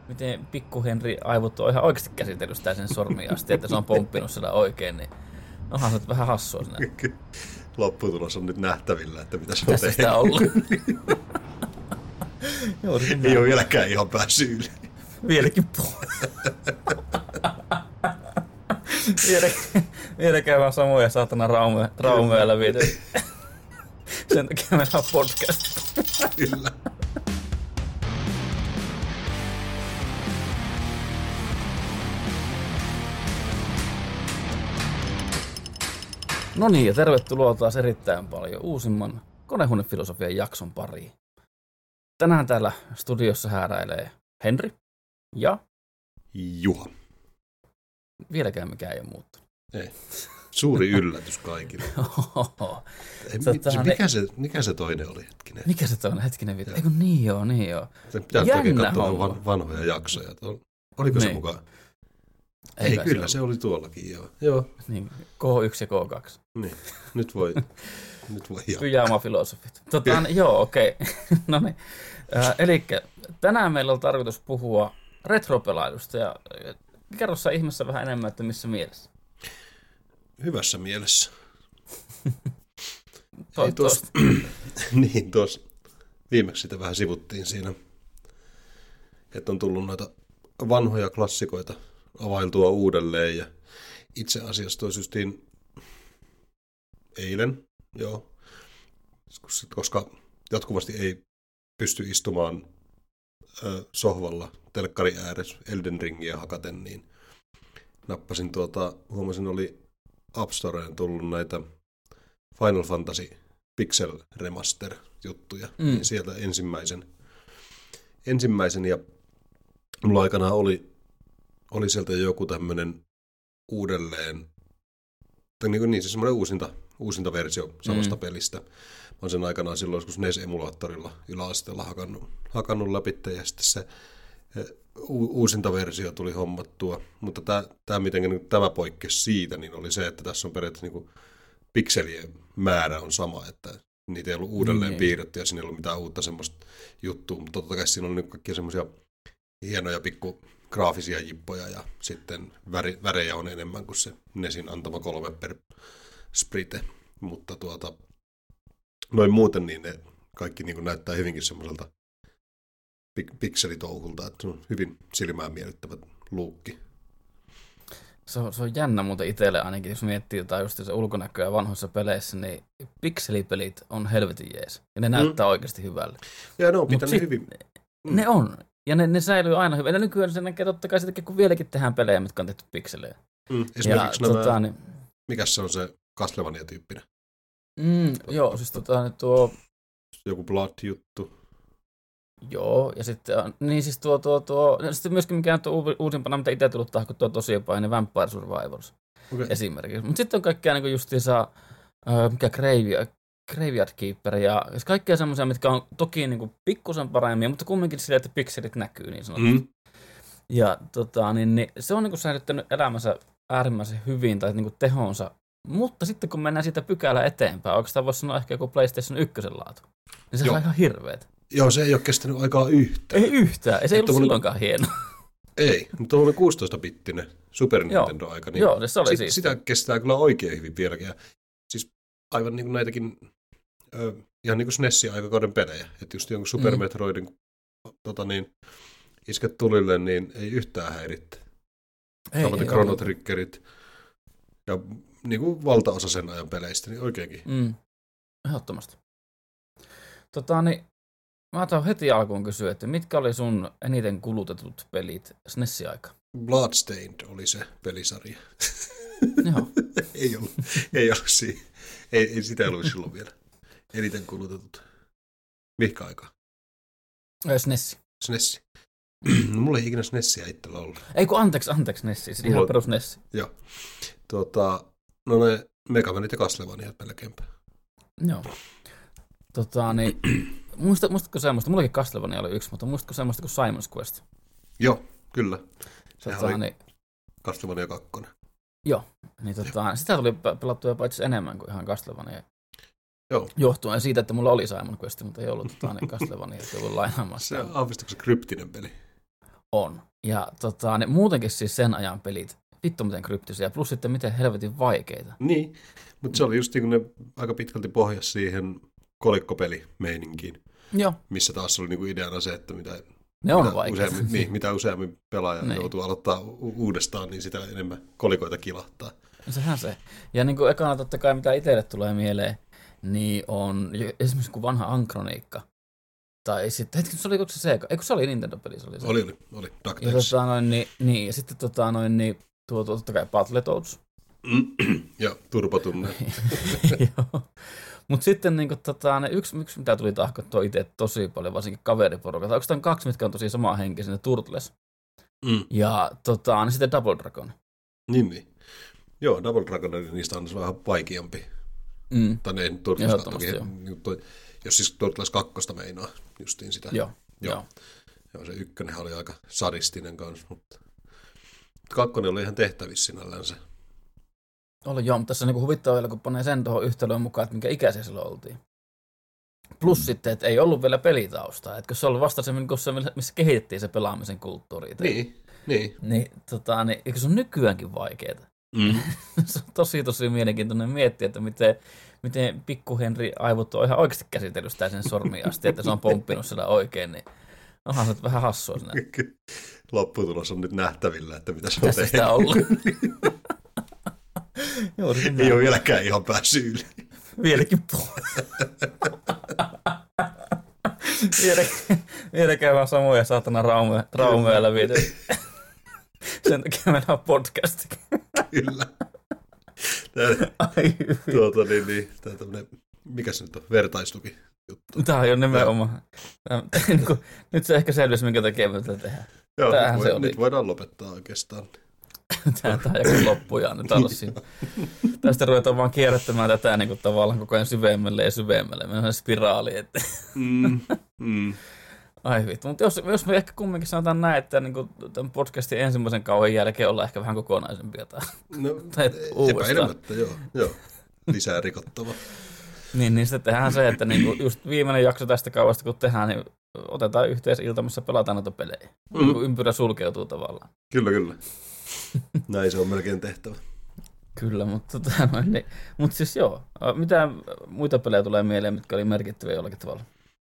miten pikku Henri aivot on ihan oikeasti käsitellyt sitä sen sormiin asti, että se on pomppinut siellä oikein, niin onhan se vähän hassua sinä. Lopputulos on nyt nähtävillä, että mitä se on Tässä tehnyt. sitä ollut. Ei ole vieläkään ihan päässyt yli. Vieläkin vieläkään vaan samoja saatana raumeja läpi. Sen takia meillä on podcast. Kyllä. No niin, ja tervetuloa taas erittäin paljon uusimman Konehuonefilosofian jakson pariin. Tänään täällä studiossa hääräilee Henri ja Juha. vieläkään mikään ei ole muuttunut. Ei. Suuri yllätys kaikille. Mikä se toinen oli hetkinen? Mikä se toinen hetkinen viita? Eikö niin joo. Pitää oikein katsoa vanhoja jaksoja. Oliko se mukaan? Ei, kyllä se oli tuollakin, joo. Niin, K1 ja K2. Niin, nyt voi jatkaa. Pyjaama-filosofit. Joo, okei. No niin. Elikkä tänään meillä on tarkoitus puhua retropelailusta ja kerro sä ihmeessä vähän enemmän, että missä mielessä. Hyvässä mielessä. Niin, tuossa viimeksi sitä vähän sivuttiin siinä, että on tullut noita vanhoja klassikoita availtua uudelleen ja itse asiassa tuossa justiin eilen, joo, koska jatkuvasti ei pysty istumaan sohvalla telkkari ääressä Elden Ringiä hakaten, niin nappasin huomasin oli App Storeen tullut näitä Final Fantasy Pixel Remaster juttuja, niin sieltä ensimmäisen ja mulla aikanaan oli sieltä joku tämmöinen uudelleen, tai niin se semmoinen uusinta versio samasta pelistä. Mä oon sen aikanaan silloin joskus NES-emulaattorilla yläasteella hakannut läpi, ja sitten se uusinta versio tuli hommattua. Mutta tämä poikkesi siitä, niin oli se, että tässä on periaatteessa niin pikselien määrä on sama, että niitä ei ollut uudelleen piirretty ja siinä ei ollut mitään uutta semmoista juttua, mutta totta kai siinä on kaikkia semmoisia hienoja pikku graafisia jippoja ja sitten värejä on enemmän kuin se Nesin antama 3 per sprite, mutta noin muuten niin ne kaikki niin kuin näyttää hyvinkin semmoiselta pikselitouhulta, että se on hyvin silmään miellyttävä luukki. Se on jännä muuten itselle ainakin, jos miettii jotain just se ulkonäköä vanhoissa peleissä, niin pikselipelit on helvetin jees. Ja ne näyttää oikeasti hyvälle. Ja ne on pitänyt hyvin. Ne on. Ja ne säilyy aina hyvin. Ja nykyään se näkee totta kai sitäkin, kun vieläkin tehdään pelejä, mitkä on tehty pikselejä. Esimerkiksi mikäs se on se Castlevania-tyyppinen? Joo, siis tuo... Joku Blood-juttu. Joo, ja sitten, niin siis ja sitten myöskin mikä on tuo uusimpana, mitä itse tullut tahko tuo tosiapainen Vampire Survivors esimerkiksi. Mutta sitten on kaikkea niin justiinsa, mikä Graveyard Keeper ja kaikkea semmoisia, mitkä on toki niin pikkusen paremmin, mutta kumminkin sillä, että pikselit näkyy niin sanotusti. Ja niin se on niin säilyttänyt elämänsä äärimmäisen hyvin tai niin tehonsa, mutta sitten kun mennään siitä pykälää eteenpäin, oikeastaan voisi sanoa ehkä joku PlayStation 1 laatu, niin se on ihan hirveet. Joo, se ei ole kestänyt aikaa yhtään. Ei yhtään, se ei ollut silloinkaan hieno. Ei, mutta on 16-bittinen Super Nintendo-aika, niin joo, se oli sitä kestää kyllä oikein hyvin vieläkin. Ja siis aivan niin kuin näitäkin, ihan niin kuin SNESin aikakauden pelejä, että just jonkun Super Metroidin isket tulille, niin ei yhtään häirittä. Samaten Chrono Triggerit ja niin kuin valtaosa sen ajan peleistä, niin oikeinkin. Ehdottomasti. Mä otan heti alkuun kysyä, että mitkä oli sun eniten kulutetut pelit SNES-aikaan? Bloodstained oli se pelisarja. Joo. ei ollut siinä. Ei sitä ollut silloin vielä. Eniten kulutetut. Mihinkä aikaa? SNES. No, mulla ei ikinä SNESiä itsellä ollut. Ei kun anteeksi SNES, siis ihan perus SNES. Joo. No ne Megamanit ja Castlevaniat melkeinpä. Joo. Muistatko semmoista? Mullakin Castlevania oli yksi, mutta muistatko semmoista kuin Simon's Quest? Joo, kyllä. Sehän oli Castlevania 2. Joo, niin sitä tuli pelattua jopa itse enemmän kuin ihan Castlevania. Joo. Johtuen siitä, että mulla oli Simon Quest, mutta ei ollut Castlevania, että ollut lainaamassa. Se on aavistuksessa kryptinen peli. On. Ja ne muutenkin siis sen ajan pelit, vittu miten kryptisiä, plus sitten miten helvetin vaikeita. Niin, mutta se oli just niin kuin ne aika pitkälti pohjasi siihen kolikkopelimeininkiin. Joo. Missä taas oli niin kuin ideana se, että mitä useammin pelaaja joutuu aloittaa uudestaan, niin sitä enemmän kolikoita kilahtaa. Sehän se. Ja niin kuin ekana totta kai, mitä itselle tulee mieleen, niin on esimerkiksi kuin vanha Ankroniikka. Tai sitten, se oli Sega? Eikö se oli Nintendo-peli? Se oli. DuckTales. Ja sitten totta kai Battletoads. Joo, turbotunne. Joo. Mutta sitten niin yksi, mitä tuli tahkottua itse tosi paljon, varsinkin kaveriporukat. Onko tämän 2, mitkä on tosi samanhenkisiä, Turtles. Ja sitten Double Dragon. Niin. Joo, Double Dragon, niistä on vähän vaikeampi. Tai ne Turtles toki, jos siis Turtles 2 meinaa justiin sitä. Joo, se ykkönen oli aika sadistinen kanssa, mutta 2 oli ihan tehtävissä sinällänsä. Oli joo, mutta tässä on niin huvittavaa vielä, kun panee sen tuohon yhtälöön mukaan, että minkä ikäisiä silloin oltiin. Plus sitten, että ei ollut vielä pelitaustaa. Etkö se ollut vasta se, missä kehitettiin se pelaamisen kulttuuri. Niin, eikö se on nykyäänkin vaikeaa? Se on tosi mielenkiintoinen miettiä, että miten pikku Henri aivot on ihan oikeasti käsitellyt sitä sen sormiin asti, että se on pomppinut sitä oikein, niin onhan se vähän hassua sinä. Lopputulos on nyt nähtävillä, että mitä se on tehnyt. Sitä ollut. Ei ole vieläkään ihan päässyt yli. Vieläkin vieläkään vaan samoja saatana raumeja läpi. Sen takia meillä on podcastikin. Kyllä. Tämä tämmöinen, mikä se nyt on, vertaistuki juttu. Tämä on jo nimenomaan. Nyt se ehkä selvisi, minkä takia me tätä tehdään. Joo, nyt voidaan lopettaa oikeastaan. Tämä on joku loppuja nyt siinä. Tästä ruvetaan vaan kierrättämään tätä niin kuin tavallaan koko ajan syvemmälle ja syvemmälle. Meillä on spiraali. Että. Ai vittu, mutta jos me ehkä kumminkin sanotaan näin, että niin kuin tämän podcastin ensimmäisen kauan jälkeen ollaan ehkä vähän kokonaisempia tai epäilemättä, joo. Lisää rikottava. niin sitten tehdään se, että niin kuin just viimeinen jakso tästä kauasta kun tehdään, niin otetaan yhteisilta, missä pelataan noita pelejä. Niin kuin ympyrä sulkeutuu tavallaan. Kyllä. Näin se on melkein tehtävä. Kyllä, mutta siis joo. Mitä muita pelejä tulee mieleen, mitkä oli merkittäviä jollakin tavalla?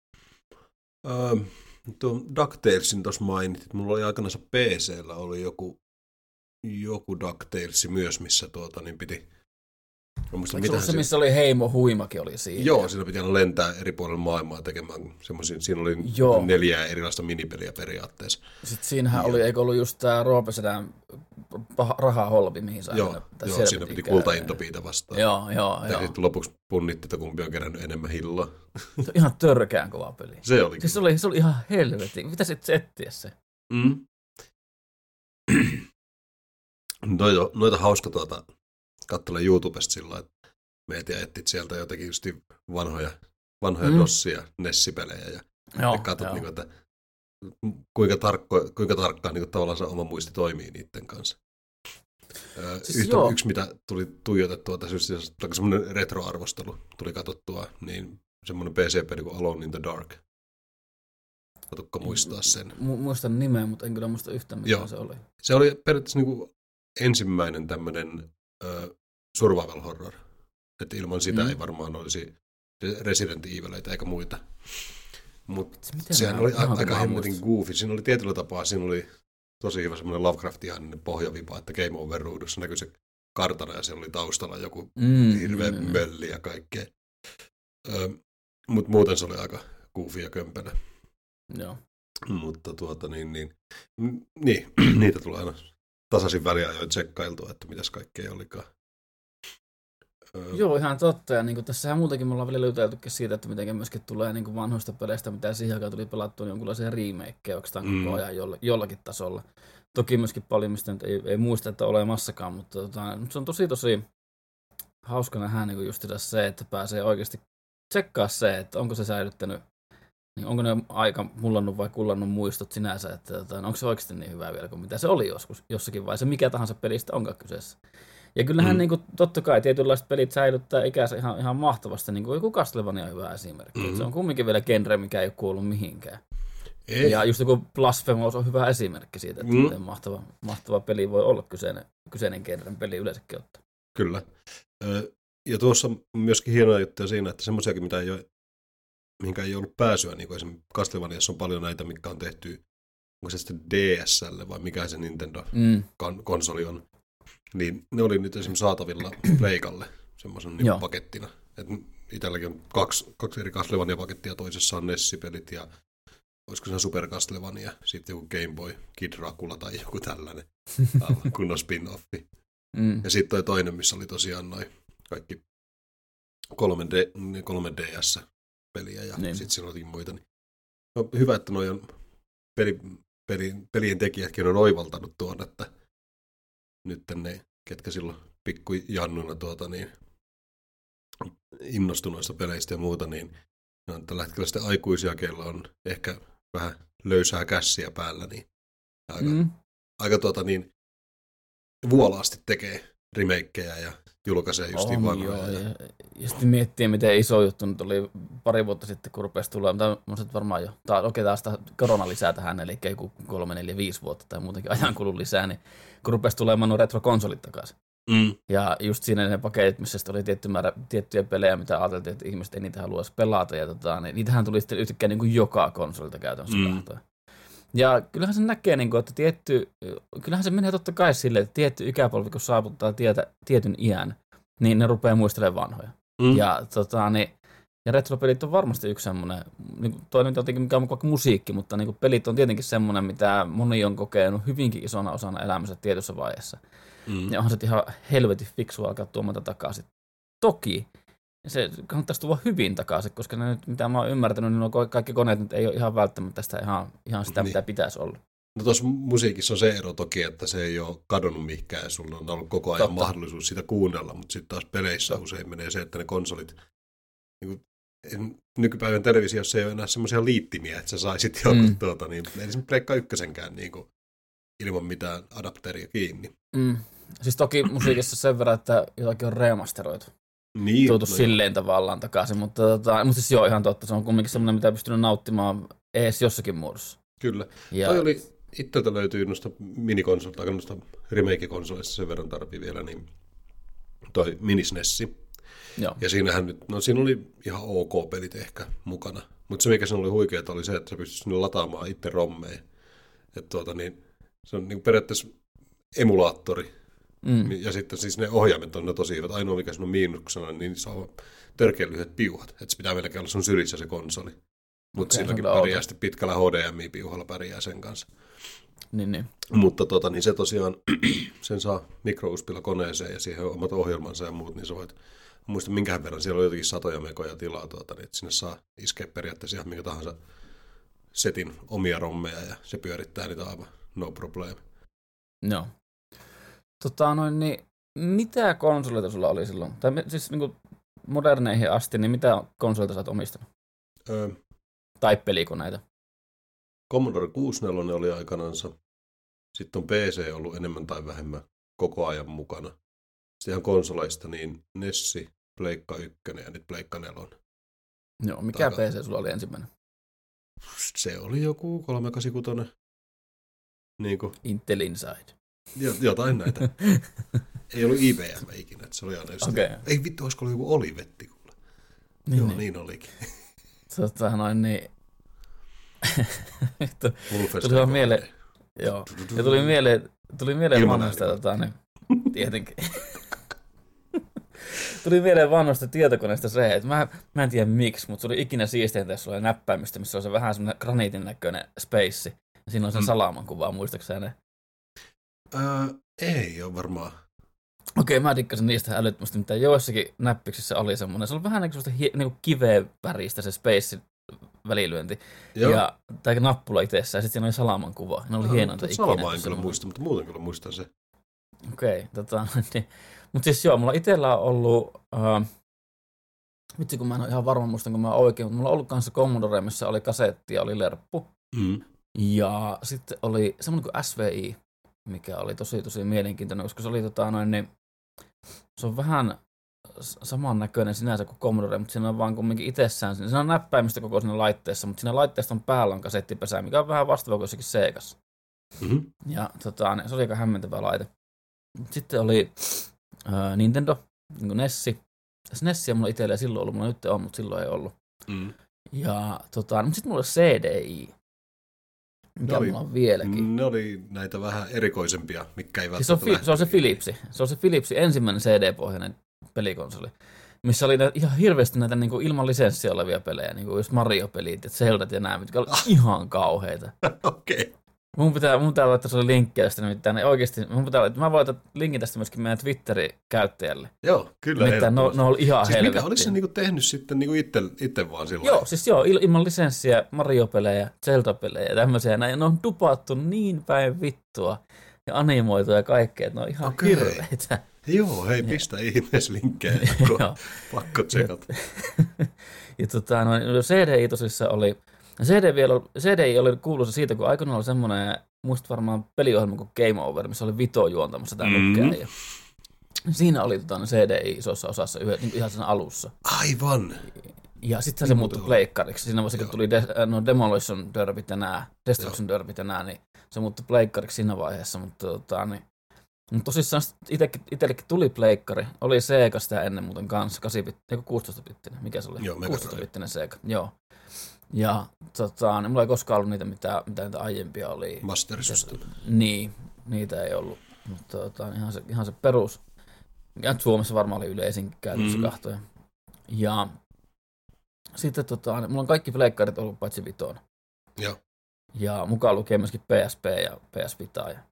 Tuo DuckTalesin tuossa mainitit. Mulla oli aikanaan PC:llä oli joku DuckTales myös, missä niin piti. Eikö se, missä oli Heimo Huimakin oli siinä? Joo, siinä piti aina lentää eri puolilla maailmaa tekemään semmoisia. Siinä oli 4 erilaista minipeliä periaatteessa. Sitten siinähän oli, eikö ollut just tämä Roopesedän rahaholvi, mihin sai. Joo, siinä piti kultaintopiita vastaan. Joo. Ja sitten lopuksi punnitti, että kumpi on kerännyt enemmän hilloa. Se on ihan törkeän kova peli. Se oli. Siis se oli ihan helvetin. Mitä sitten etsiä se? Noita hauska katsoa YouTubesta sillä että meet ja etsit sieltä jotenkin just vanhoja DOSsia, Nessipelejä ja katsot, niin kuin, että kuinka tarkkaan niin kuin, tavallaan se oma muisti toimii niiden kanssa. Siis yksi, mitä tuli tuijotettua tässä, semmoinen retroarvostelu tuli katsottua, niin semmoinen PC-peli kuin Alone in the Dark. Oletko muistaa sen? Muistan nimeä, mutta en kyllä muista yhtään, mitä se oli. Se oli periaatteessa niin kuin ensimmäinen tämmöinen survival horror. Että ilman sitä ei varmaan olisi Resident Evileitä eikä muita. Mutta sehän oli aika hemmetin goofy. Siinä oli tietyllä tapaa, siinä oli tosi hyvä semmoinen Lovecraftiainen pohjavipa, että Game Over ruudussa näkyi se kartana ja siellä oli taustalla joku hirveä mölli ja kaikkea. Mutta muuten se oli aika goofy ja kömpelö. Joo. Mutta niitä tulee aina tasaisin väliajoin tsekkailtua, että mitäs kaikkea olikaan. Joo, ihan totta. Ja niin tässähän muutenkin me ollaan vielä löytäytykin siitä, että miten myöskin tulee niin vanhoista peleistä, mitä siihen aikaan tuli pelattua, niin jonkinlaisia remakeja oikeastaan koko ajan jollakin tasolla. Toki myöskin paljon, mistä nyt ei muista, että olemassakaan, mutta se on tosi hauska nähdä niin just se, että pääsee oikeasti tsekkaa se, että onko se säilyttänyt, niin onko ne aika mullannut vai kullannut muistot sinänsä, että onko se oikeasti niin hyvä vielä kuin mitä se oli jossakin vai se mikä tahansa pelistä onkaan kyseessä. Ja kyllähän niin kuin, totta kai tietynlaiset pelit säilyttää ikänsä ihan mahtavasti, niin kuin joku Castlevania on hyvä esimerkki. Se on kumminkin vielä genre, mikä ei ole kuullut mihinkään. Ei. Ja just joku Blasphemous on hyvä esimerkki siitä, että miten mahtava peli voi olla kyseinen genren peli yleensäkin ottaa. Kyllä. Ja tuossa on myöskin hienoja juttuja siinä, että semmoisiakin, mihinkä ei ollut pääsyä, niin kuin esimerkiksi Castlevaniassa on paljon näitä, mitkä on tehty, onko se sitten DS:lle vai mikä se Nintendo-konsoli on, niin ne oli nyt esimerkiksi saatavilla Pleikalle semmoisen niin pakettina. Et itselläkin on kaksi eri Castlevania-pakettia, toisessa on Nessi-pelit ja olisiko se Super Castlevania, sitten joku Game Boy, Kid Dracula tai joku tällainen kunnon spin-offi. Ja sitten toi toinen, missä oli tosiaan noin kaikki 3DS-peliä ja sitten siinä oli muita. Niin no, hyvä, että noi on pelien tekijätkin on oivaltanut tuon, että nyt ne, ketkä silloin pikkujannuna innostuneista peleistä ja muuta, niin on tällä hetkellä sitten aikuisia, keillä on ehkä vähän löysää kässiä päällä, niin aika vuolaasti tekee remakeja ja julkaisee justiin vanhoja. Ja sitten miettii, miten iso juttu nyt oli pari vuotta sitten, kun rupesi tulemaan, mutta varmaan jo, taas korona lisää tähän, eli joku 3, 4, 5 vuotta tai muutenkin ajankulun lisää, niin kun rupesi tulemaan nuo retrokonsolit takaisin. Ja just siinä ne paketit, missä oli tietty määrä tiettyjä pelejä, mitä ajateltiin, että ihmiset ei niitä haluaisi pelata, ja niin niitähän tuli sitten yhtäkkiä niin kuin joka konsolilta käytännössä kahtoja. Ja kyllähän se näkee, että kyllähän se menee totta kai silleen, että tietty ikäpolvi, kun saavuttaa tietyn iän, niin ne rupeaa muistelemaan vanhoja. Ja retropelit on varmasti yksi semmoinen, niin toinen jotenkin mikä on vaikka musiikki, mutta niin pelit on tietenkin semmoinen, mitä moni on kokenut hyvinkin isona osana elämänsä tietyssä vaiheessa. Ja onhan se ihan helvetin fiksua alkaa tuomata takaisin. Toki se kannattaisi tuoda hyvin takaisin, koska ne nyt, mitä mä oon ymmärtänyt, niin nuo kaikki koneet nyt ei ole ihan välttämättä sitä ihan sitä, mitä pitäisi olla. No tuossa musiikissa on se ero toki, että se ei ole kadonnut mihinkään ja sulla on ollut koko ajan mahdollisuus sitä kuunnella, mutta sitten taas peleissä usein menee se, että ne konsolit, niin nykypäivän televisiossa ei ole enää semmoisia liittimiä, että sä saisit joku ei esimerkiksi Pleikka ykkösenkään niin kuin, ilman mitään adapteria kiinni. Siis toki musiikissa sen verran, että jotakin on remasteroitu. Niin, tuotu silleen tavallaan takaisin, mutta siis joo, ihan totta. Se on kumminkin semmoinen, mitä pystynyt nauttimaan edes jossakin muodossa. Kyllä. Toi oli, itseltä löytyy noista minikonsolista, aika noista remake-konsoleista sen verran tarvii vielä, niin toi Mini-SNESi. Joo. Ja siinähän nyt, no siinä oli ihan ok pelit ehkä mukana, mutta se mikä siinä oli huikeaa oli se, että sä pystyt sinne lataamaan itse rommeja. Että se on niin periaatteessa emulaattori. Ja sitten siis ne ohjaimet on ne tosi hyvät. Ainoa mikä siinä on miinuksena, niin se on törkeän lyhyet piuhat. Että se pitää melkein olla sun sylissä se konsoli. Mutta silläkin pärjää sitten pitkällä HDMI-piuhalla pärjää sen kanssa. Niin. Mutta niin se tosiaan, sen saa mikro-USB-lla koneeseen ja siihen on omat ohjelmansa ja muut, niin sä voit muista minkähän verran. Siellä on jotenkin 100 megoja tilaa, niin että sinne saa iskeä periaatteessa ihan minkä tahansa setin omia rommeja ja se pyörittää niitä aivan no problem. Joo. Niin mitä konsoleita sulla oli silloin? Tai siis niin moderneihin asti, niin mitä konsoleita sä oot omistanut? Tai pelikoneita? Commodore 64 oli aikanansa. Sitten on PC ollut enemmän tai vähemmän koko ajan mukana. Sitten ihan konsoleista niin Nessi, Pleikka 1 ja nyt Pleikka 4. Joo, mikä PC sulla oli ensimmäinen? Se oli joku 386. Niin kuin. Intel Inside. Jotain näitä. Ei ollut IBM ikinä, että se oli aina just ei vittu, olisiko ollut joku Olivetti kuule. Joo, niin olikin. Niin. Tuli vaan mieleen. Joo. Ja tuli mieleen vanhasta tietenkin. Tuli mieleen vanhasta tietokoneesta se, että mä en tiedä miksi, mutta se oli ikinä siisteintä, jos sulla oli näppäimistä, missä on se vähän semmoinen graniitin näköinen space. Ja siinä on sen salaman kuva, muistaakseni ne? Ei ole varmaan. Okei, mä dikkasin niistä älyttömästi, mitä joissakin näppiksissä oli semmoinen. Se oli vähän niin kuin kiveen väristä se space välilyönti. Tai nappula itsessään, ja sitten siinä oli salaman kuva. Ne oli hienoita ikinä. Salamaa en kyllä muista, mutta muuten kyllä muistan se. Okei, niin. Mutta siis joo, mulla itsellä on ollut, vitsi kun mä en ole ihan varma muistanko mä oikein, mutta mulla on ollut kanssa Commodore, missä oli kasetti ja oli lerppu. Ja sitten oli semmoinen kuin SVI, mikä oli tosi mielenkiintoinen, koska se oli niin, se on vähän samannäköinen sinänsä kuin Commodore, mutta siinä on vaan kumminkin itsessään. Siinä on näppäimistä koko siinä laitteessa, mutta siinä laitteessa on päällä on kasettipesä, mikä on vähän vastaava kuin jossakin Segassa. Mm-hmm. Ja se oli aika hämmentävä laite. Sitten oli Nintendo, niin kuin Nessi. Nessia mulla itselleen silloin ollut, mulla nyt on, mutta silloin ei ollut. Mm. Ja mutta sitten mulla oli CDI, mikä mulla on vieläkin. Ne oli näitä vähän erikoisempia, mitkä ei välttämättä se on se Philipsi. Se on se Philipsi ensimmäinen CD-pohjainen pelikonsoli, missä oli ihan hirveästi näitä niin kuin ilman lisenssiä olevia pelejä, niin kuin just Mario-pelit, Zeldat ja nämä, mitkä oli ihan kauheita. Okei. Okay. Mun pitää laittaa sulle linkkejä tästä nimittäin. Oikeasti, mä voin laittaa linkin tästä myöskin meidän Twitterin käyttäjälle. Joo, kyllä. Nimittäin ne on ihan siis helvettiä. Oliko se niinku tehnyt sitten niinku itse vaan sillä Joo, siis ilman lisenssiä Mario-pelejä, Zelda-pelejä ja tämmöisiä. Ne on dupattu niin päin vittua ja animoitu ja kaikkea, että ne on ihan hirveitä. Joo, hei, pistä ihmeessä linkkejä, pakko tsekata. Ja CDI tosissaan oli... CDI oli kuuluisa siitä, kun aikoinaan oli semmoinen, muistat varmaan peliohjelma kuin Game Over, missä oli Vito juontamassa tämä nukkea. Siinä oli CDI isossa osassa ihan sen alussa. Aivan! Ja sitten se muuttui pleikkariksi. Siinä vaiheessa, kun tuli Demolition Derbit ja nämä, Destruction Derbit ja nämä, niin se muuttui pleikkariksi siinä vaiheessa. Mutta tosissaan itsellekin tuli pleikkari. Oli Sega sitä ennen muuten kanssa, 16-bittinen. Mikä se oli? Joo, 16-bittinen Sega, joo. Ja mulla ei koskaan ollut niitä, mitä niitä aiempia oli. Master System. Niin, niitä ei ollut. Mutta ihan se perus. Ja Suomessa varmaan oli yleisin käytössä kahtoja. Ja sitten mulla on kaikki pleikkarit ollut paitsi Vitoon. Joo. Ja mukaan lukee myöskin PSP ja PS Vita. Ja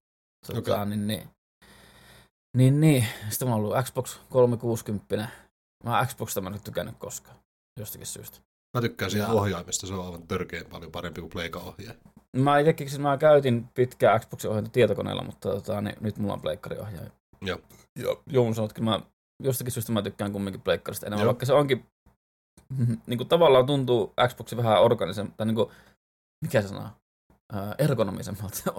niin. Sitten mulla on ollut Xbox 360. Mä oon Xboxista mä en nyt tykännyt koskaan. Jostakin syystä. Mä tykkään siitä ohjaimesta, se on aivan törkeän paljon parempi kuin Pleika-ohjaaja. Mä käytin pitkään Xboxin ohjainta tietokoneella, mutta nyt mulla on pleikkariohjaaja. Joo. Joo, mun sanot, että mä jostakin syystä mä tykkään kumminkin pleikkarista enemmän, vaikka se onkin, niin kuin tavallaan tuntuu Xboxin vähän organisemmalta, tai niin kuin, mikä se sanoo? Ergonomisemmalta.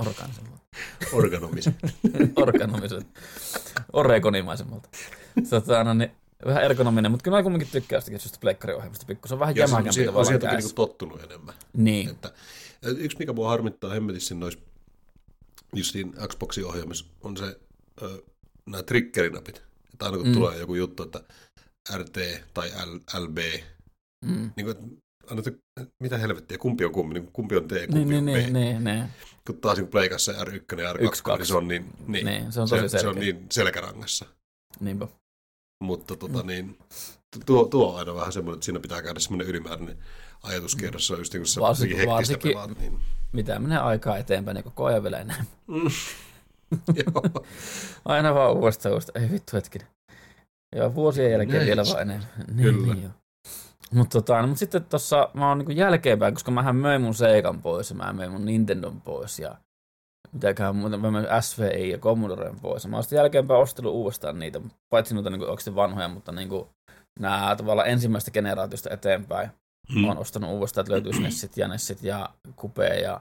Oregonimaisemmalta. Vähän ergonominen, mutta kyllä mä kumminkin tykkään sitä pleikkariohjelmasta pikku. Se on vähän jämäkämpi tavallaan käsissä. Sieltä on tottunut enemmän. Niin. Että, yksi mikä mua harmittaa hemmetissä noissa justiin Xboxin ohjelmissa on se nämä triggerinapit. Että aina kun tulee joku juttu, että RT tai LB, niin kuin, mitä helvettiä, kumpi on kumpi on T, kumpi on B. Niin. Kun taas niin Pleikassa R1 ja R2, niin se on niin se on tosi se on niin selkärangassa. Niinpä. Mutta tuo on aina vähän semmoinen, että siinä pitää käydä semmoinen ylimääräinen ajatuskierros. Se on just niin kuin se hektistä pelaat. Niin. Mitä menee aikaa eteenpäin, niin koko ajan vielä enemmän. Aina vaan uudestaan. Ei vittu hetkinen. Joo, vuosien jälkeen vielä vaan enemmän. Kyllä. Niin, mutta sitten tuossa mä oon niin jälkeenpäin, koska mähän möin mun Segan pois ja mä möin mun Nintendon pois ja mitäkään muuta, mä möin SVI ja Commodoren pois. Mä oon sitten jälkeenpäin ostellut uudestaan niitä, paitsi noita niin oikeasti vanhoja, mutta niin nämä tavallaan ensimmäistä generaatiosta eteenpäin. Mä oon ostanut uudestaan, että löytyisi Nessit ja Nessit ja Coupe ja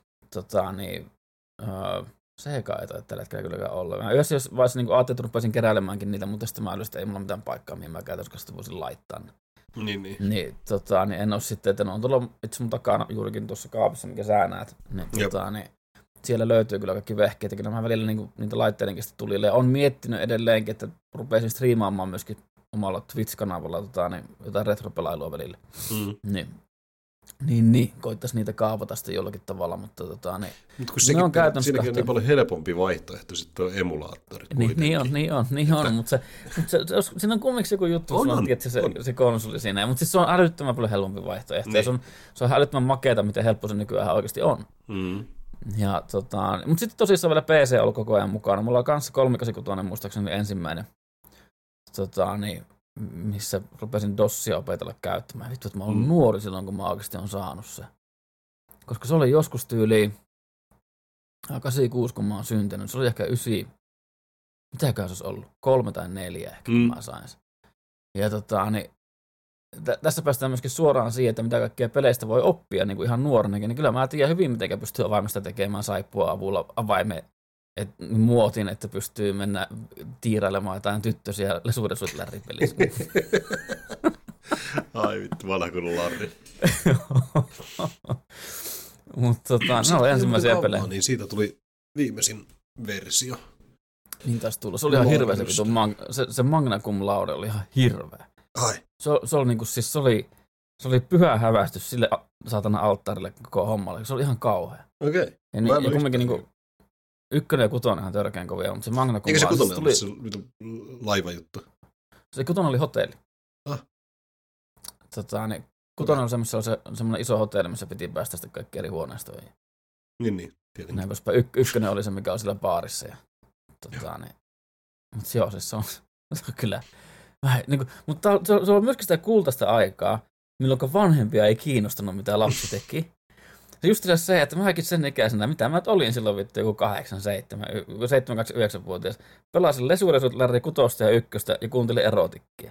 Sega ei tai tällä hetkellä kylläkään olla. Mä yhdessä vaiheessa niin ajattelin, että rupesin keräilemäänkin niitä, mutta sitten mä älysin, että ei mulla mitään paikkaa, mihin mä käytännössä voisin laittaa. Niin, en ole sitten, että ne on tuolla itse mun takana juurikin tuossa kaapissa, mikä sä näet. Siellä löytyy kyllä kaikki vehkeet, ja kyllä mä välillä niitä laitteidenkin tulille. Ja on miettinyt edelleenkin, että rupeisin striimaamaan myöskin omalla Twitch-kanavalla jotain retropelailua välillä. Niin, koittaisi niitä kaapata sitten jollakin tavalla, mutta Mutta kun siinäkin on niin paljon helpompi vaihtoehto sitten tuo emulaattorit. Niin on, mutta siinä on kumminkin joku juttu, se konsoli siinä, mutta siis se on älyttömän paljon helpompi vaihtoehto, ja se on älyttömän makeata, miten helppo se nykyään oikeasti on. Ja mutta sitten tosissaan vielä PC on ollut koko ajan mukana. Mulla on kanssa 386 muistaakseni ensimmäinen, missä rupesin DOSia opetella käyttämään. Vittu, että mä olin nuori silloin, kun mä oikeasti on saanut se. Koska se oli joskus tyyliin 86, kun mä oon syntynyt. Se oli ehkä 9. Mitäkään se olisi ollut? 3 tai 4 ehkä, kun mä sain sen. Ja tässä päästään myöskin suoraan siihen, että mitä kaikkia peleistä voi oppia niin kuin ihan nuorenakin. Niin kyllä mä tiedän hyvin, miten pystyy avaimesta tekemään saippua avulla avaimen muotin, että pystyy mennä tiirailemaan jotain tyttösiä lesuudesut lärripelissä. Ai vittu, vanha kuin Larri. Mutta ne oli ensimmäisiä pelejä. Niin siitä tuli viimeisin versio. Niin taas tullut. Se oli ihan hirveä se Magna Cum Laude oli ihan hirveä. Ai. Se oli niinku siis se oli pyhä hävästys sille saatana alttarille koko hommalle. Se oli ihan kauhea. Okei. Okay. Ja kumminkin niinku 1 ja 6 ihan törkeän kovia, mutta se Magna Cum Laude. Eikä se 6 tuli... se laiva juttu? Se 6 oli hotelli. Niin 6 oli semmoinen iso hotelli, missä piti päästä sitten kaikki eri huoneistoihin. Niin, tietenkin. Näin, koska 1 oli se, mikä on siellä baarissa. Ja, niin. Mutta joo, siis se on kyllä vähän, niin kuin, mutta se on myöskin sitä kultaista aikaa, milloin vanhempia ei kiinnostanut, mitä lapsi teki. Se just se, että mäkin sen ikäisenä, mitä mä olin silloin vittu joku 7-8-9-vuotias, pelasin Lesuresut Larry 6 ja 1 ja kuuntelin erotikkia.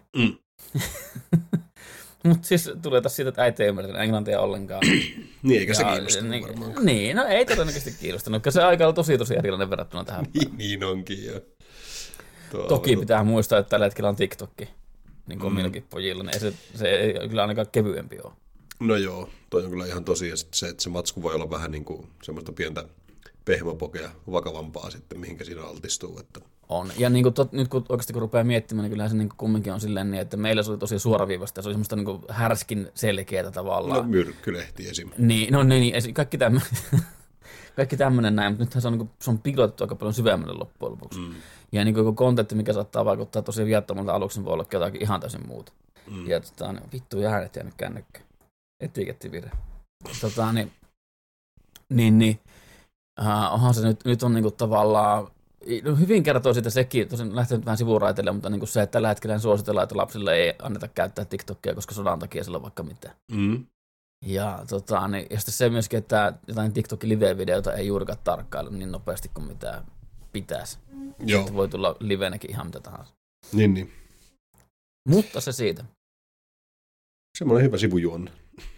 Mutta siis tulee taas siitä, että äiti ei ymmärtänyt englantia ollenkaan. Niin, eikä se kiinnostanut varmaan. Niin, no ei todennäköisesti kiinnostanut, koska se aika on tosi erilainen verrattuna tähän. Niin onkin, joo. Toki pitää muistaa, että tällä hetkellä on TikTokki, niin kuin minunkin pojilla, niin se ei kyllä ainakaan kevyempi ole. No joo, toi on kyllä ihan tosi, ja se, että se matsku voi olla vähän niin kuin semmoista pientä pehmopokea vakavampaa sitten, mihinkä siinä altistuu. Että... On, ja niin kuin nyt kun oikeasti kun rupeaa miettimään, niin kyllä se niin kumminkin on silleen niin, että meillä se oli tosi suoraviivasta, se oli semmoista niin härskin selkeätä tavallaan. No myrkkylehti esimerkiksi. Niin, kaikki tämmöinen näin, mutta nythän se on piilotettu aika paljon syvemmälle loppujen lopuksi. Ja niin kuin kontentti, mikä saattaa vaikuttaa tosi viattomalta aluksi, voi olla jotakin ihan täysin muuta. Ja vittu ja äänet jäänyt kännykkään. Etikettivire. Onhan se nyt on niinku tavallaan, hyvin kertoo siitä sekin, tosin lähtenyt vähän sivuraiteille, mutta niinku se, että tällä hetkellä suositellaan, että lapsille ei anneta käyttää TikTokia, koska sodan takia sillä on vaikka mitään. Ja sitten se myöskin, että jotain TikTokin live-videota ei juurikaan tarkkailu niin nopeasti kuin mitä pitäisi. Joo. Sitten voi tulla livenäkin ihan mitä tahansa. Niin. Mutta se siitä. Semmoinen hyvä sivujuonne.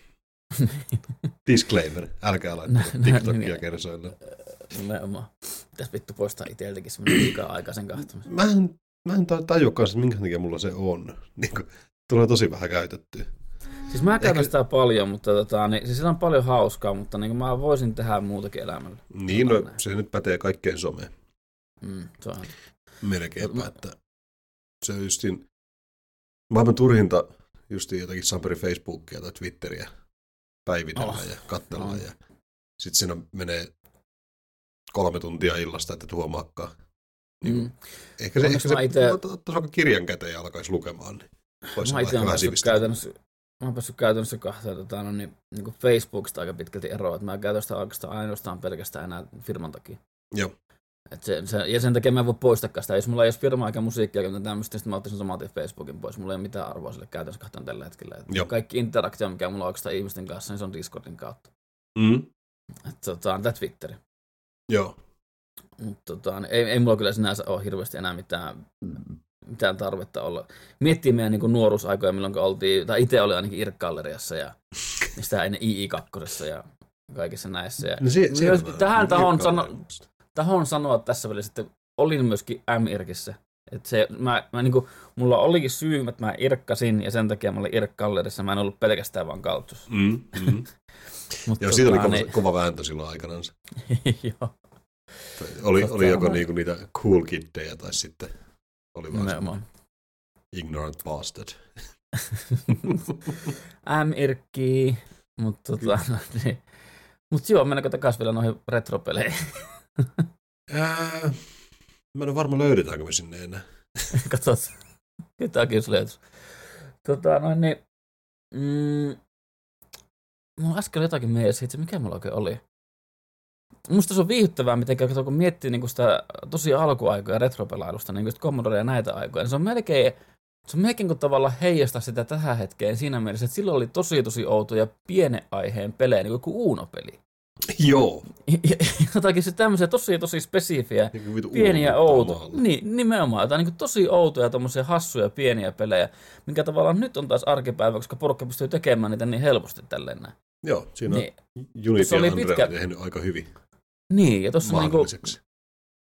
Disclaimer, älkää laittaa TikTokia kersoille. Nimenomaan. Pitäisi vittu poistaa itseltäkin semmoinen liikaa aikaisen kahtomisen. Mä en tajua kanssa, minkä takia mulla se on. Niin kuin, tulee tosi vähän käytettyä. Siis mä käytän sitä paljon, mutta siis sillä on paljon hauskaa, mutta niin mä voisin tehdä muutakin elämällä. Niin, no se nyt pätee kaikkeen someen. Se on. Melkeinpä, että se on justiin maailman turhinta justiin jotakin Samperi Facebookia tai Twitteriä päivitellä ja katsella ja sitten siinä menee 3 tuntia illasta, että huomaakaan. Niin, ehkä se ottaisi vaikka kirjan käteen ja alkaisi lukemaan, niin voisi olla ehkä vähän sivistää. Mä oon päässyt käytännössä kahteen niin Facebookista aika pitkälti eroa, että mä käytän sitä oikeastaan ainoastaan pelkästään enää firman takia. Joo. Ja sen takia mä en voi poistakaan sitä. Jos mulla ei olisi firma eikä musiikkia eikä tämmöistä, niin sitten mä ottaisin saman tien Facebookin pois. Mulla ei ole mitään arvoa sille käytännössä kahteen tällä hetkellä. Kaikki interaktio, mikä mulla on oikeastaan ihmisten kanssa, niin se on Discordin kautta. Tämä Twitteri. Joo. Mutta ei mulla kyllä sinänsä ole hirveästi enää mitään tarvetta olla. Miettii meidän niin nuoruusaikoja, milloin oltiin, tai itse oli ainakin IRC-galleriassa ja sitä ennen II2 ja kaikissa näissä. Ja tähän tahon sanoa tässä välissä, että olin myöskin M-IRKissä. Että mulla olikin syy, että mä irkkasin ja sen takia mä olin IRC-gallerissa. Mä en ollut pelkästään vaan kaltsus. Joo, siitä oli kova vääntö silloin aikanaan. Joo. Oli joko niinku niitä cool kiddejä tai sitten oli vaan ignorant bastard. M-IRKki, mutta joo, mennäänkö takaisin vielä noihin retropeleihin? Mä en ole varma, löydetäänkö me sinne enää. Katsotaan, jotakin jos löytyisi. Mulla äsken jotakin mielessä, että mikä mulla oikein oli. Musta se on viihdyttävää, miten kun miettii niin sitä tosi alkuaikoja retropelailusta, niin just Commodore ja näitä aikoja, niin se on melkein kuin tavallaan heijastaa sitä tähän hetkeen siinä mielessä, että silloin oli tosi outoja pienen aiheen pelejä, niin kuin Uno-peli. Joo. Jotakin se tämmöisiä tosi spesifiä, niin pieniä outoja. Niin, nimenomaan. Jotain niin tosi outoja, tommosia hassuja pieniä pelejä, minkä tavallaan nyt on taas arkipäivä, koska porukka pystyy tekemään niitä niin helposti tälleen näin. Joo, siinä on Unity ja Unreal tehnyt aika hyvin. Niin, ja tuossa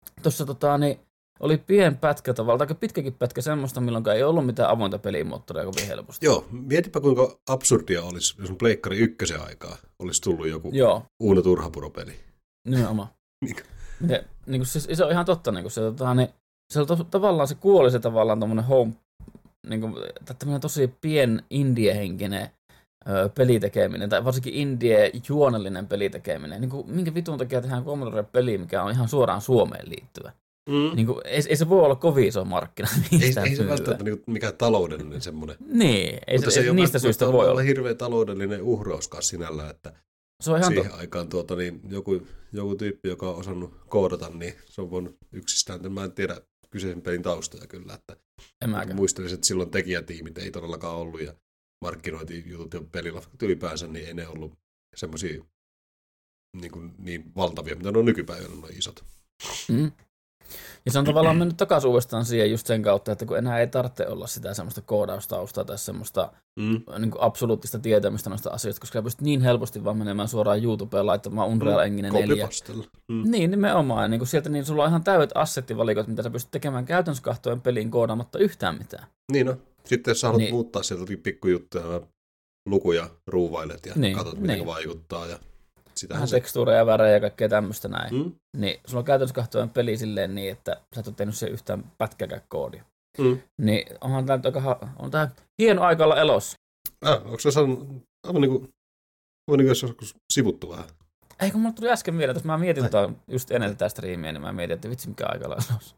tuossa oli pieni pätkä tavallaan, aika pitkäkin pätkä semmoista, milloin ei ollut mitään avointa pelimoottoria kovin helposti. Joo, mietipä kuinka absurdia olisi, jos Pleikkari 1 aikaa olisi tullut joku Uuno Turhapuro-peli. Nimenomaan. Niin se on ihan totta, niin se on tavallaan se kuoli se tavallaan tommonen home, niin kuin, tämmöinen tosi pien indie-henkinen pelitekeminen, tai varsinkin indie-juonellinen pelitekeminen. Niin kuin, minkä vitun takia tehdään Commodore-peli, mikä on ihan suoraan Suomeen liittyvä. Niin kuin, ei se voi olla kovin iso markkina. Ei se välttämättä niin mikään taloudellinen semmoinen. Niin, ei niistä syistä voi olla. Hirveä taloudellinen uhrauskaan sinällään, että se on ihan siihen aikaan joku tyyppi, joka on osannut koodata, niin se on voinut yksistään. Mä en tiedä kyseisen pelin taustoja kyllä. Että muistelisin, että silloin tekijätiimit ei todellakaan ollut ja markkinointijutut ja pelilafkat ylipäänsä, niin ei ne ollut semmoisia niin valtavia, mitä ne on nykypäivänä noin isot. Ja se on tavallaan mennyt takaisin uudestaan siihen just sen kautta, että kun enää ei tarvitse olla sitä semmoista koodaustaustaa tai semmoista niin kuin absoluuttista tietämistä noista asioista, koska sä pystyt niin helposti vaan menemään suoraan YouTubeen laittamaan Unreal Engine 4. Niin, nimenomaan. Niin sieltä niin sulla on ihan täydet assettivalikot, mitä sä pystyt tekemään käytännössä kahtojen peliin koodaamatta yhtään mitään. Niin no. Sitten jos sä haluat muuttaa sieltä pikkujuttuja, lukuja ruuvailet ja katsot, miten ne vaikuttaa. Ja vähän tekstuureja ja värejä ja kaikkea tämmöistä näin. Niin sulla on käytännössä kahtojen peli silleen niin, että sä et ole tehnyt siihen yhtään pätkääkään koodia. Niin onhan tää hieno aika olla elossa. Onko se saanut aivan niin kuin joskus sivuttu vähän? Ei, kun mulle tuli äsken mieleen, että mä mietin just ennen tätä striimiä, niin mä mietin, että vitsi mikä aika olla elossa.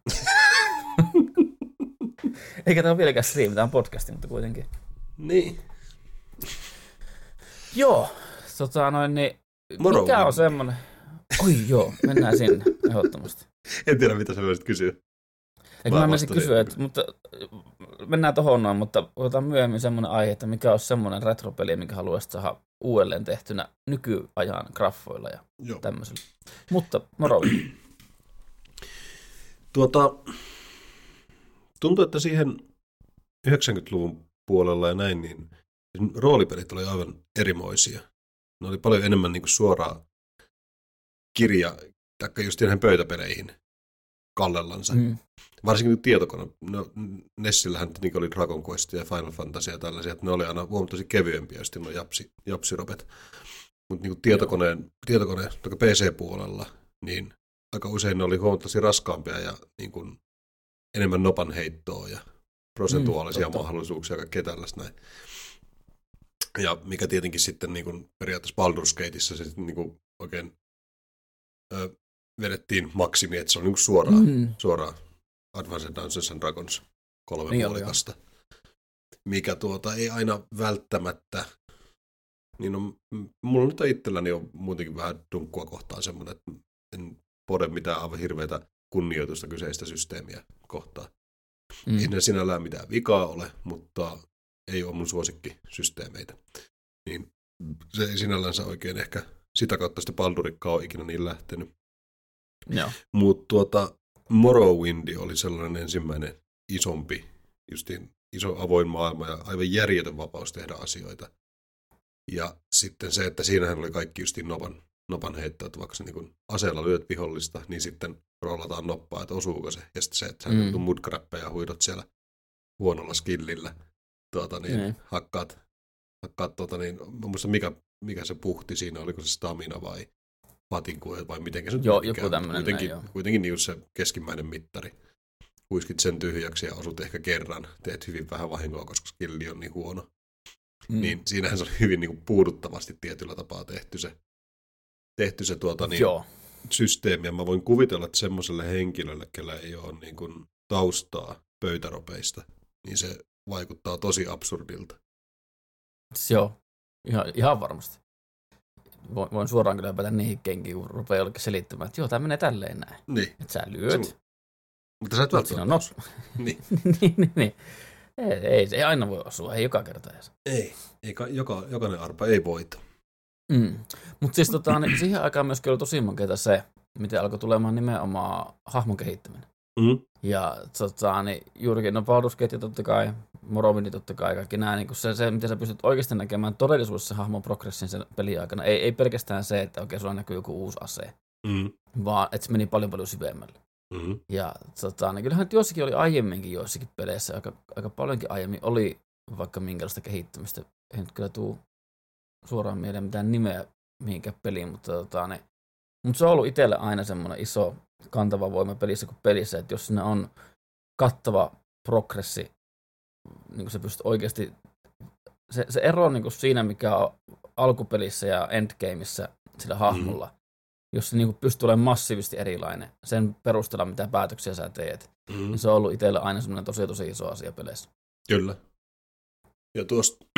Eikä tää ole vieläkään striimi, tää on podcasti, mutta kuitenkin. Niin. Joo, niin mikä on semmonen? Oi joo, mennään sinne ehdottomasti. En tiedä, mitä sä voisit kysyä. Eikö mä menisin kysyä, mutta mennään tohon noin, mutta otetaan myöhemmin semmoinen aihe, että mikä on semmoinen retropeli, mikä haluaisit saada uudelleen tehtynä nykyajan graffoilla ja tämmöisellä. Mutta Morrowind. Tuntuu, että siihen 90-luvun puolella ja näin, niin roolipelit oli aivan erimoisia. Ne oli paljon enemmän niin kuin suoraan tai just näihin pöytäpeleihin kallellansa. Varsinkin tietokone. No, Nessillähän niin oli Dragon Quest ja Final Fantasy ja tällaisia, että ne oli aina huomattavasti kevyempiä, just nuo japsiropet. Mutta niin tietokone tai PC-puolella, niin aika usein ne oli huomattavasti raskaampia ja niin kuin enemmän nopanheittoa ja prosentuaalisia mahdollisuuksia ja kaikkea tällaista näin. Ja mikä tietenkin sitten niin kuin periaatteessa Baldur's Gateissa se niin kuin oikein vedettiin maksimi, että se on niin kuin suoraan Advanced Dungeons and Dragons 3-puolikasta. Mikä ei aina välttämättä, niin on, mulla nyt itselläni on muutenkin vähän dunkkua kohtaan semmoinen, että en pode mitään aivan hirveätä kunnioitusta kyseistä systeemiä kohtaan. Ei ne sinällään mitään vikaa ole, mutta ei ole mun suosikkisysteemeitä. Niin se ei sinällänsä oikein ehkä sitä kautta sitten Baldurikkaa ole ikinä niin lähtenyt. Mutta Morrowind oli sellainen ensimmäinen isompi, justiin iso avoin maailma ja aivan järjetön vapaus tehdä asioita. Ja sitten se, että siinähän oli kaikki justiin nopan heittoa, että vaikka niin aseella lyöt vihollista, niin sitten rollataan noppaa, että osuuko se. Ja sitten se, että sä mudkrappeja huidot siellä huonolla skillillä. Hakkaat mä muistan mikä se puhti siinä, oliko se stamina vai patinku vai mitenkä se joku tämmöinen kuitenkin niin se keskimmäinen mittari. Huiskit sen tyhjäksi ja osut ehkä kerran, teet hyvin vähän vahingoa, koska skilli on niin huono. Niin siinähän se oli hyvin niin kuin puuduttavasti tietyllä tapaa tehty se systeemi. Ja mä voin kuvitella, että semmoiselle henkilölle, kellä ei ole niin kuin taustaa pöytäropeista, niin se vaikuttaa tosi absurdilta. Joo, ihan varmasti. Voin suoraan kyllä hypätä niihin kenkiin, kun rupeaa jollekin selittämään, että joo, tämä menee tälleen näin. Niin. Että sä lyöt. Mutta sä et välttämättä osu. Niin. niin. Ei aina voi osua, ei joka kerta edes. Ei jokainen arpa ei voita. Mutta siis siihen aikaan myöskin oli tosi makeata se, miten alkoi tulemaan nimenomaan hahmon kehittäminen. Ja juurikin Baldur's Gate totta kai, Morrowind totta kai, kaikki nämä, niin se, miten sä pystyt oikeasti näkemään todellisuudessa hahmon progressin sen pelin aikana. Ei pelkästään se, että okei, sulla näkyy joku uusi ase, vaan että se meni paljon syvemmälle. Ja niin kyllähän jossakin oli aiemminkin joissakin peleissä, aika paljonkin aiemmin oli vaikka minkälaista kehittämistä. Ei nyt kyllä tule suoraan mieleen mitään nimeä mihinkään peliin, mutta se on ollut itselle aina semmoinen iso kantava voima pelissä kuin pelissä, että jos siinä on kattava progressi, niin se pystyy oikeasti, se ero niin siinä, mikä on alkupelissä ja endgameissa sillä hahmolla, jos se niin pystyy olemaan massiivisesti erilainen sen perusteella, mitä päätöksiä sä teet, niin se on ollut itselle aina semmoinen tosi iso asia peleissä. Kyllä. Ja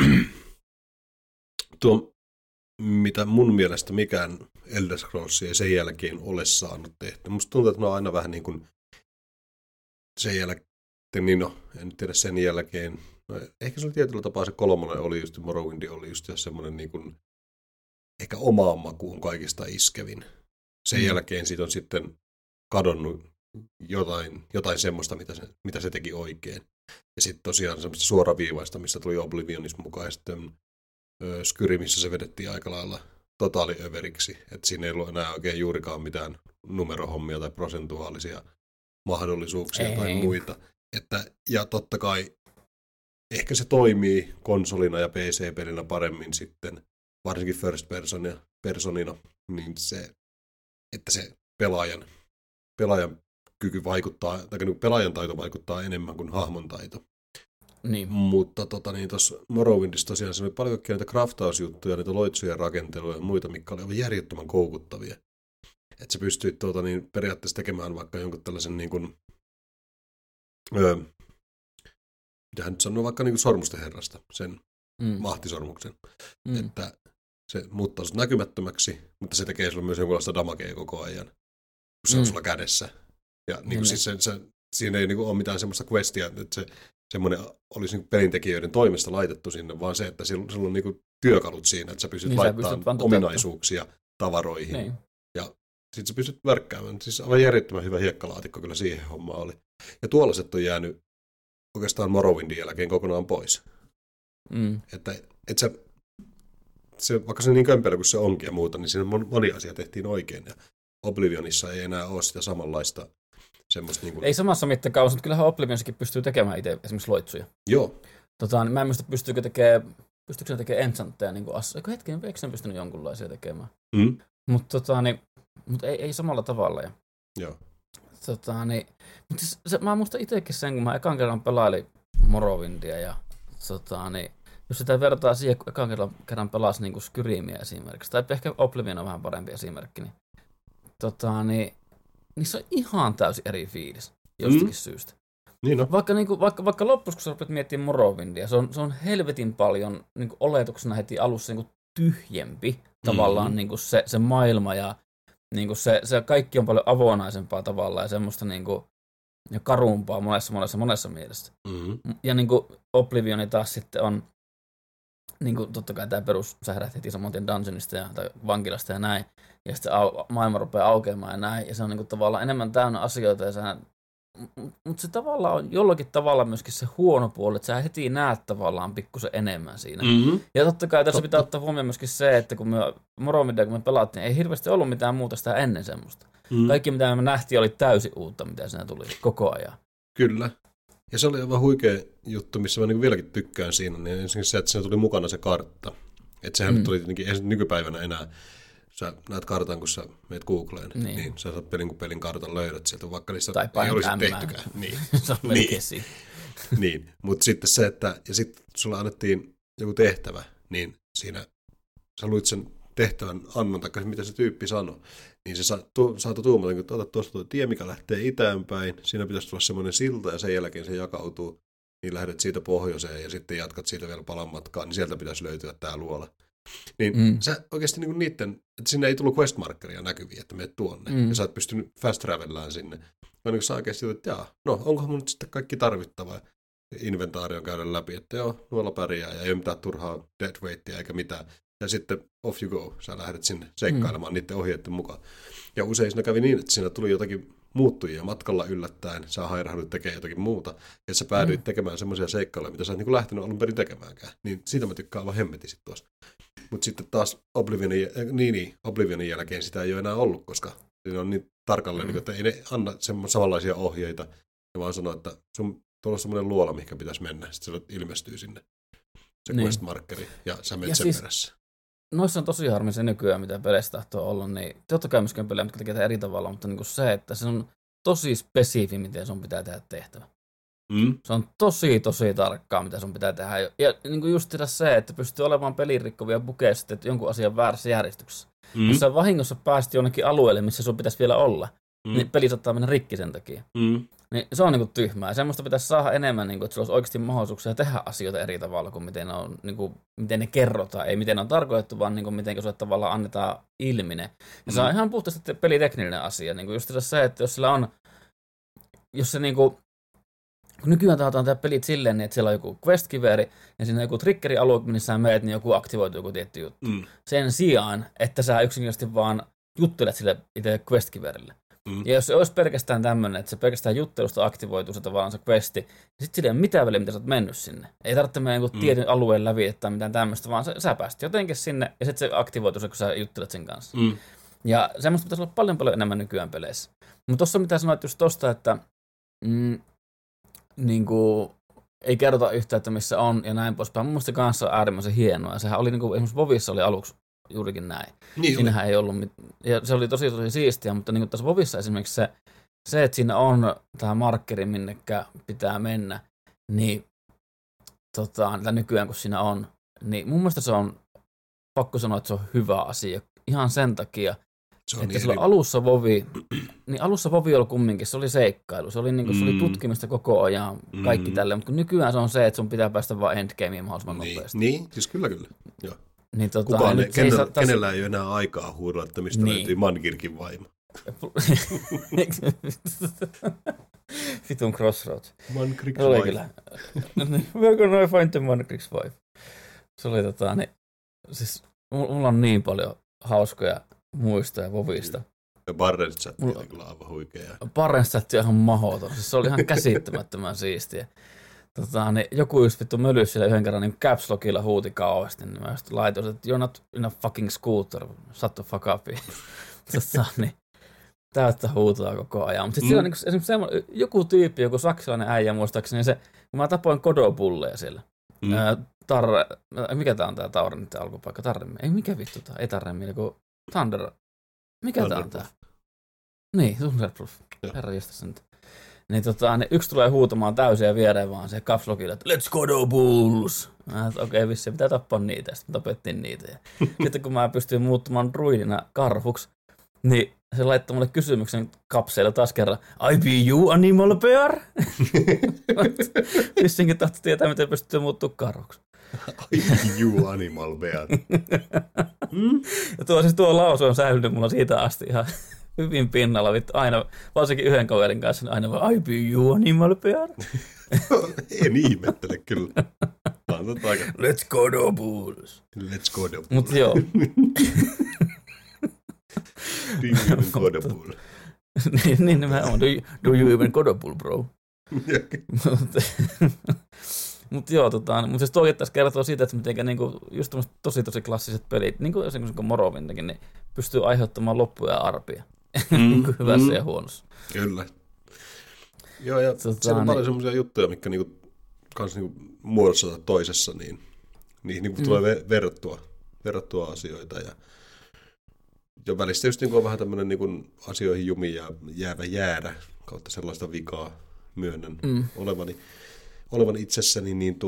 tuo, mitä mun mielestä mikään Elder Scrolls ei sen jälkeen ole saanut tehty. Musta tuntuu, että ne on aina vähän niin kuin sen jälkeen, en tiedä sen jälkeen, ehkä se oli tietyllä tapaa se 3 oli just, Morrowind oli just semmoinen niin kuin ehkä omaan makuun kaikista iskevin. Sen jälkeen siitä on sitten kadonnut jotain semmoista, mitä se teki oikein. Ja sitten tosiaan semmoista suoraviivaista, missä tuli Oblivionis mukaan, ja sitten Skyrimissä se vedettiin aika lailla totaaliöveriksi, että siinä ei ollut enää oikein juurikaan mitään numerohommia tai prosentuaalisia mahdollisuuksia tai muita. Ja totta kai ehkä se toimii konsolina ja PC-pelinä paremmin sitten, varsinkin first personina, niin että se pelaajan kyky vaikuttaa, tai pelaajan taito vaikuttaa enemmän kuin hahmon taito. Niin. Mutta tuossa Morrowindissa tosiaan se oli paljon näitä craftausjuttuja, niitä loitsujen rakenteluja ja muita, mitkä oli järjettömän koukuttavia. Että sä pystyit periaatteessa tekemään vaikka jonkun tällaisen niin kuin, mitähän nyt sanoo, vaikka niin kuin sormusten herrasta, sen mahtisormuksen. Että se muuttaa sut näkymättömäksi, mutta se tekee sulle myös jonkunlaista damagea koko ajan, kun se on sulla kädessä. Ja niin kuin siis siinä ei niin kuin ole mitään semmoista questia, että se semmoinen olisi niin pelintekijöiden toimesta laitettu sinne, vaan se, että sulla on niin kuin työkalut siinä, että sä pystyt laittamaan ominaisuuksia tavaroihin. Niin. Ja sitten sä pystyt värkkäämään. Siis aivan järjettömän hyvä hiekkalaatikko kyllä siihen hommaan oli. Ja tuollaiset on jäänyt oikeastaan Morrowindin jälkeen kokonaan pois. Että se, vaikka se niin kömpelä kuin se onkin ja muuta, niin siinä moni asia tehtiin oikein. Ja Oblivionissa ei enää ole sitä samanlaista semmoista niin kuin... Ei samassa mittakaavassa, mutta kyllähän Oblivionissakin pystyy tekemään itse esimerkiksi loitsuja. Joo. Mä en muista, pystyykö tekemään enchantteja niin kuin hetken, eikö sen pystynyt jonkunlaisia tekemään? Mutta ei samalla tavalla. Ja, joo. Mutta siis, mä muistan itsekin sen, kun mä ekan kerran pelailin Morrowindia ja jos sitä vertaa siihen, kun ekan kerran pelasi niin kuin Skyrimiä esimerkiksi, tai ehkä Oblivion on vähän parempi esimerkki, niin se on ihan täysin eri fiilis jostakin syystä. Niin on. Vaikka loppuun, kun sä rupeat miettimään Morrowindia, se on helvetin paljon niin kuin oletuksena heti alussa niin kuin tyhjempi tavallaan niin kuin se maailma ja niin kuin se kaikki on paljon avonaisempaa tavallaan ja semmoista niin kuin, ja karumpaa monessa mielessä. Ja niin kuin Oblivion taas sitten on niin kuin totta kai tämä perus, sä heräät heti saman tien dungeonista tai vankilasta ja näin, ja sitten maailma rupeaa aukeamaan ja näin, ja se on niin kuin tavallaan enemmän täynnä asioita, mutta se tavallaan on jollakin tavalla myöskin se huono puoli, että sä heti näet tavallaan pikkusen enemmän siinä. Ja totta kai tässä pitää ottaa huomioon myöskin se, että kun Morrowindia kun me pelattiin, ei hirveästi ollut mitään muuta sitä ennen semmoista. Kaikki mitä me nähtiin oli täysin uutta, mitä siinä tuli koko ajan. Kyllä. Ja se oli aivan huikea juttu, missä mä niin vieläkin tykkään siinä, niin ensinnäkin se, että siinä tuli mukana se kartta. Että sehän tuli tietenkin, ei nykypäivänä enää, sä näet kartan, kun sä meet Googleen, niin sä saat pelin kartan löydät sieltä, vaikka niistä ei olisi tehtykään. Niin. Se on melkein siinä. Niin, mutta sitten se, että ja sitten sulle annettiin joku tehtävä, niin siinä sä luit sen tehtävän annon, tai mitä se tyyppi sanoi, niin se saattoi tuumata, että otat tuosta tuo tie, mikä lähtee itäänpäin, siinä pitäisi tulla semmoinen silta, ja sen jälkeen se jakautuu, niin lähdet siitä pohjoiseen, ja sitten jatkat siitä vielä palan matkaa, niin sieltä pitäisi löytyä tämä luola. Niin sä oikeasti niin niitten, että sinne ei tullut questmarkeria näkyviä, että menet tuonne, ja sä oot pystynyt fast travellaan sinne. Vaan niin sä oikeasti, että onkohan mun nyt sitten kaikki tarvittava inventaario käydä läpi, että joo, nuolla pärjää, ja ei ole mitään turhaa deadweightia eikä mitään. Ja sitten off you go, sä lähdet sinne seikkailemaan niiden ohjeiden mukaan. Ja usein siinä kävi niin, että siinä tuli jotakin muuttujia matkalla yllättäen, sä hairahdut tekemään jotakin muuta, ja sä päädyit tekemään semmoisia seikkailuja, mitä sä et niin lähtenyt alun perin tekemäänkään. Niin siitä mä tykkään aivan hemmetin sit tuosta. Mutta sitten taas Oblivionin jälkeen sitä ei ole enää ollut, koska siinä on niin tarkalleen, niin, että ei ne anna samanlaisia ohjeita, ne vaan sanoo, että tuolla on semmoinen luola, mikä pitäisi mennä, sitten se ilmestyy sinne se quest-markkeri, ja sä menet sen siis perässä. Noissa on tosi harmi se nykyään, mitä peleissä tahtoo olla, niin totta kai myöskään pelejä, mitkä tekee eri tavalla, mutta niin kuin se, että se on tosi spesifi, miten sun pitää tehdä tehtävä. Se on tosi tarkkaa, mitä sun pitää tehdä. Ja niin kuin just se, että pystyy olemaan pelirikkovia bukeja sitten jonkun asian väärässä järjestyksessä. Jos sä vahingossa pääsit jonnekin alueelle, missä sun pitäisi vielä olla, niin peli saattaa mennä rikki sen takia. Niin se on niin kuin tyhmää. Semmoista pitäisi saada enemmän, niin kuin, että sulla olisi oikeasti mahdollisuuksia tehdä asioita eri tavalla kuin miten ne kerrotaan. Ei miten ne on tarkoitettu, vaan niin kuin, miten sulle tavallaan annetaan ilmi ne. Ja se on ihan puhtaasti pelitekninen asia. Niin kuin just se, että jos sillä on, jos se niinku, kun nykyään tahataan tehdä pelit silleen, niin että siellä on joku quest-kiveri ja siinä on joku triggeri-alue, missä sä meet, niin joku aktivoituu joku tietty juttu. Sen sijaan, että sä yksinkertaisesti vaan juttelet sille itse quest-kiverille. Ja jos se olisi pelkästään tämmöinen, että se pelkästään juttelusta aktivoituu se tavallaan se questi, niin sitten sillä ei ole mitään väliä, mitä sä oot mennyt sinne. Ei tarvitse mennä jonkun tietyn alueen läpi tai mitään tämmöistä, vaan sä pääsit jotenkin sinne ja sitten se aktivoituu se, kun sä juttelet sen kanssa. Ja semmoista pitäisi olla paljon enemmän nykyään peleissä. Mutta tossa mitä sanoit just tosta, että niinku, ei kerrota yhtään, että missä on ja näin poispäin. Mun mielestä kanssa on äärimmäisen hienoa. Ja sehän oli niinku, esimerkiksi Vovissa oli aluksi juurikin näin. Niin siinähän ei ollut ja se oli tosi siistiä, mutta niinku tässä Vovissa esimerkiksi se, että siinä on tämä markkeri, minnekä pitää mennä, niin nykyään kun siinä on, niin mun mielestä se on, pakko sanoa, että se on hyvä asia. Ihan sen takia, että niin silloin alussa Vovi oli kumminkin, se oli seikkailu, se oli, niinku, se oli tutkimista koko ajan, kaikki tälleen, mutta nykyään se on se, että sun pitää päästä vaan endgameen mahdollisimman nopeasti. Niin, siis kyllä. Joo. Niin, kenellä ei ole enää aikaa huudella, että mistä löytyy Mankirkin vaimo. Vitun Crossroads. Mankrik's wife. We're gonna find the Mankrik's wife. Se oli niin, siis mulla on niin paljon hauskoja muistoja Vovista. Ja Barrens Chat oli kyllä aivan huikea. Barrens Chat on ihan mahdoton. Siis se oli ihan käsittämättömän siistiä. Niin joku just vittu mölys siellä yhden kerran niin caps lockilla huuti kauheasti, niin mä just laitoin, että you're not in a fucking scooter, shut the fuck up. Niin täyttä huutaa koko ajan. Mutta sitten siellä on niin esimerkiksi joku tyyppi, joku saksalainen äijä muistaakseni, se, kun mä tapoin Godopulleja siellä. Mikä tää on tää Tauren alkupaikka? Tarremmi? Ei mikä vittu tää? Ei Tarremmi, joku Thunder. Mikä tää on tää? Niin, Thunderproof. Herra jästä nyt. Niin niin yksi tulee huutamaan täysiä viereen vaan se caps lockilla, että let's go Bulls! Okei, vissiin pitää tappaa niitä, ja sitten tapettiin niitä. Ja sitten kun mä pystyin muuttumaan druidina karhuksi, niin se laittoi mulle kysymyksen kapseilla taas kerran, I be you animal bear? Vissinkin tahto tietää, miten pystyy muuttua karhuksi. I be you animal bear. Ja tuo lause on säilynyt mulla siitä asti ihan hyvin pinnalla, aina, varsinkin yhden kaverin kanssa, niin aina vaan, I be you animal bear. En ihmettele kyllä. Let's go the Bulls. Let's go the Bulls. Mut joo. Do you even go the bull? niin nimenomaan. Do you even go the bull, bro? Mutta joo, mutta siis toi tässä kertoo siitä, että miten niinku, just tosi klassiset pelit, niin kuin esimerkiksi Morrowindikin, niin pystyy aiheuttamaan loppuja ja arpia. Hyvässä ja huonossa. Kyllä. Joo, ja siellä on paljon semmoisia juttuja, mitkä niinku, kans niinku muodossa tai toisessa, niin niinku tulee verrattua asioita. Ja välistä just niinku on vähän tämmöinen niinku asioihin jumiin ja jäädä kautta sellaista vikaa myönnän olevani itsessäni, niin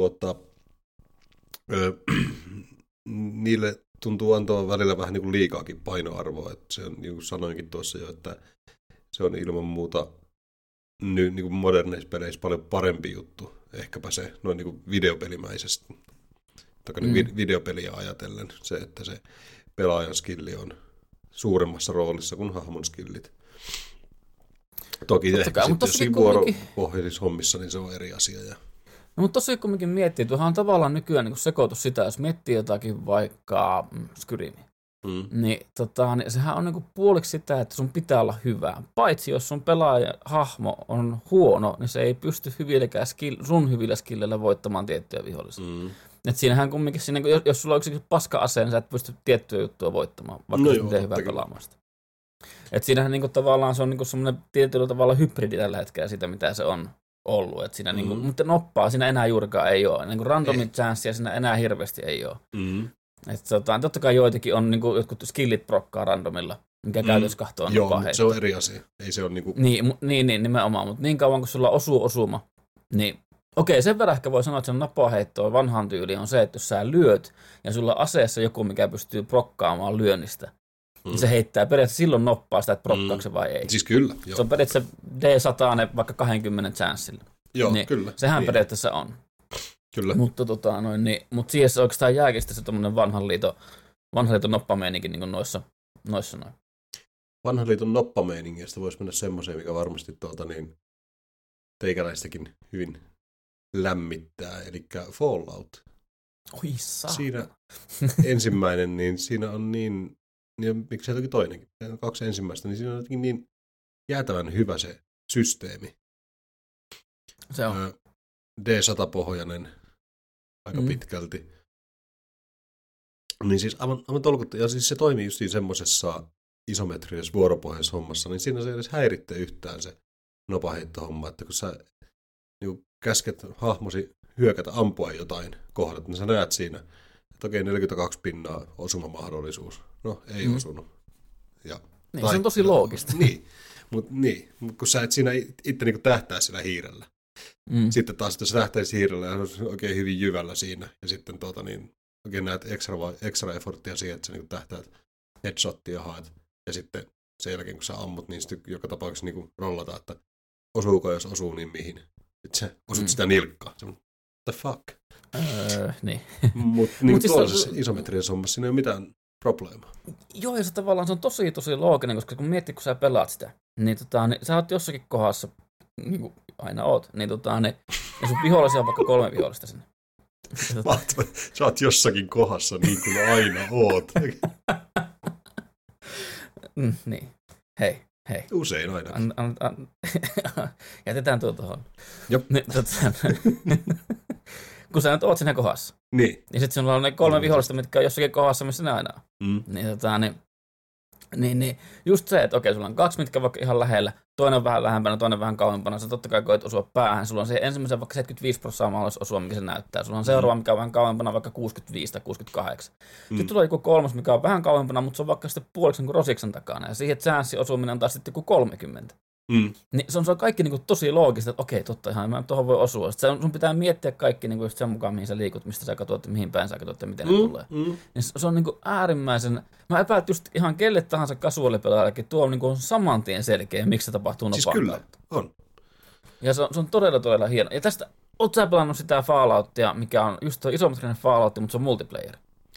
niille tuntuu antaa välillä vähän niin kuin liikaakin painoarvoa. Että se on, niin kuin sanoinkin tuossa jo, että se on ilman muuta niin kuin moderneissa peleissä paljon parempi juttu. Ehkäpä se noin niin kuin videopelimäisesti. Videopeliä ajatellen se, että se pelaajan skilli on suuremmassa roolissa kuin hahmon skillit. Toki ehkä sitten jossakin vuoropohjaisissa hommissa, niin se on eri asia. No, mutta tosiaan kumminkin miettii, että on tavallaan nykyään niin sekoitus sitä, jos miettii jotakin vaikka Skyrimiä, niin, niin sehän on niin puoliksi sitä, että sun pitää olla hyvä. Paitsi jos sun pelaaja-hahmo on huono, niin se ei pysty sun hyvillä skilleillä voittamaan tiettyjä vihollisia. Et siinähän kumminkin, jos sulla on yksi paska-ase, niin sä et pysty tiettyä juttua voittamaan, vaikka se miten hyvää pelaamaan sitä. Et siinähän niinku tavallaan se on niinku semmoinen tietyllä tavalla hybridi tällä hetkellä siitä, mitä se on ollut. Et siinä niinku, mutta noppaa siinä enää juurikaan ei ole. Niinku randomit chanssia siinä enää hirveästi ei ole. Et totta kai joitakin on niinku, jotkut skillit prokkaa randomilla, mikä käytössä kahtoo on joo, mutta se on eri asia. Ei se ole niinku... Niin, nimenomaan. Mutta niin kauan kun sulla osuu osuma, niin okei, sen verran ehkä voi sanoa, että sen napaheittoa vanhaan tyyliin on se, että jos sä lyöt ja sulla on aseessa joku, mikä pystyy prokkaamaan lyönnistä, niin se heittää periaatteessa silloin noppaa sitä, että prokkaako se vai ei. Siis kyllä, joo. Se on periaatteessa D100 vaikka 20 chanssilla. Joo, niin, kyllä. Sehän periaatteessa on. Kyllä. Mutta mutta siihen se oikeastaan jääkin se tommonen vanhan liiton noppameininki niin noissa noin. Vanhan liiton noppameiningistä voisi mennä semmoiseen, mikä varmasti teikäläistäkin hyvin lämmittää, eli Fallout. Oi saa. Siinä ensimmäinen, niin siinä on niin miksi se toki toinenkin, 2 ensimmäistä, niin siinä on jotenkin niin jäätävän hyvä se systeemi. Se on. D100-pohjainen aika pitkälti. Niin siis aivan tolkutta, ja siis se toimii just semmoisessa isometrisessä vuoropohjaisessa hommassa, niin siinä se ei edes häiritte yhtään se nopaheittohomma, että kun sä niin käsket hahmosi hyökätä ampua jotain kohdat, niin sä näet siinä, että okei, 42 pinnaa osumamahdollisuus. No, ei osunut. Ja, niin, se on tosi loogista. Mutta kun sä et siinä itse niin tähtää sillä hiirellä. Sitten taas, jos sä tähtäisit hiirellä ja on oikein hyvin jyvällä siinä, ja sitten oikein näet extra efforttia siihen, että sä niin tähtäät headshottia haet, ja sitten sen jälkeen, kun sä ammut, niin sitten joka tapauksessa niin rollataan, että osuuko, jos osuu, niin mihin. Sitten sä osut sitä nilkkaa. Se on, the fuck? Niin. Mutta niin tuollaisessa isometriassa hommassa siinä ei ole mitään probleemaa. Joo, ja se tavallaan se on tosi looginen, koska kun miettii, kun sä pelaat sitä, niin, niin sä oot jossakin kohdassa, niin kuin aina oot, niin, ja sun vihollisia on vaikka 3 vihollista sinne. Sä oot jossakin kohdassa niin kuin aina oot. Niin. Hei. Usein aina. Jätetään tuohon. Jop. Kun sä nyt oot siinä kohdassa. Niin. Ja sit sulla on ne 3 vihollista, mitkä on jossakin kohdassa, missä ne aina on. Niin, just se, että okei, sulla on 2, mitkä vaikka ihan lähellä, toinen on vähän lähempänä, toinen vähän kauempana, sä totta kai koet osua päähän, sulla on se ensimmäisen vaikka 75% mahdollisuus osua, mikä se näyttää, sulla on seuraava, mikä on vähän kauempana, vaikka 65 tai 68. Sitten tulee joku 3, mikä on vähän kauempana, mutta se on vaikka sitten puoliksi niin rosiksen takana, ja siihen chanssi osuminen on taas sitten joku 30. Niin se on kaikki niin kuin tosi loogista, että okei, totta ihan, mä tuohon voi osua. Sitten sun pitää miettiä kaikki niin kuin just sen mukaan, mihin sä liikut, mistä sä katsot, mihin päin sä katsot ja miten ne tulee. Niin se on niin kuin äärimmäisen, mä epäät just ihan kelle tahansa kasuaalipelaajallekin, tuo on niin kuin saman tien selkeä, miksi se tapahtuu siis kyllä, on. Ja se on todella hieno. Ja tästä, oot sä pelannut sitä Falloutia, mikä on just tuo isometrinen Fallout, mutta se on multiplayer?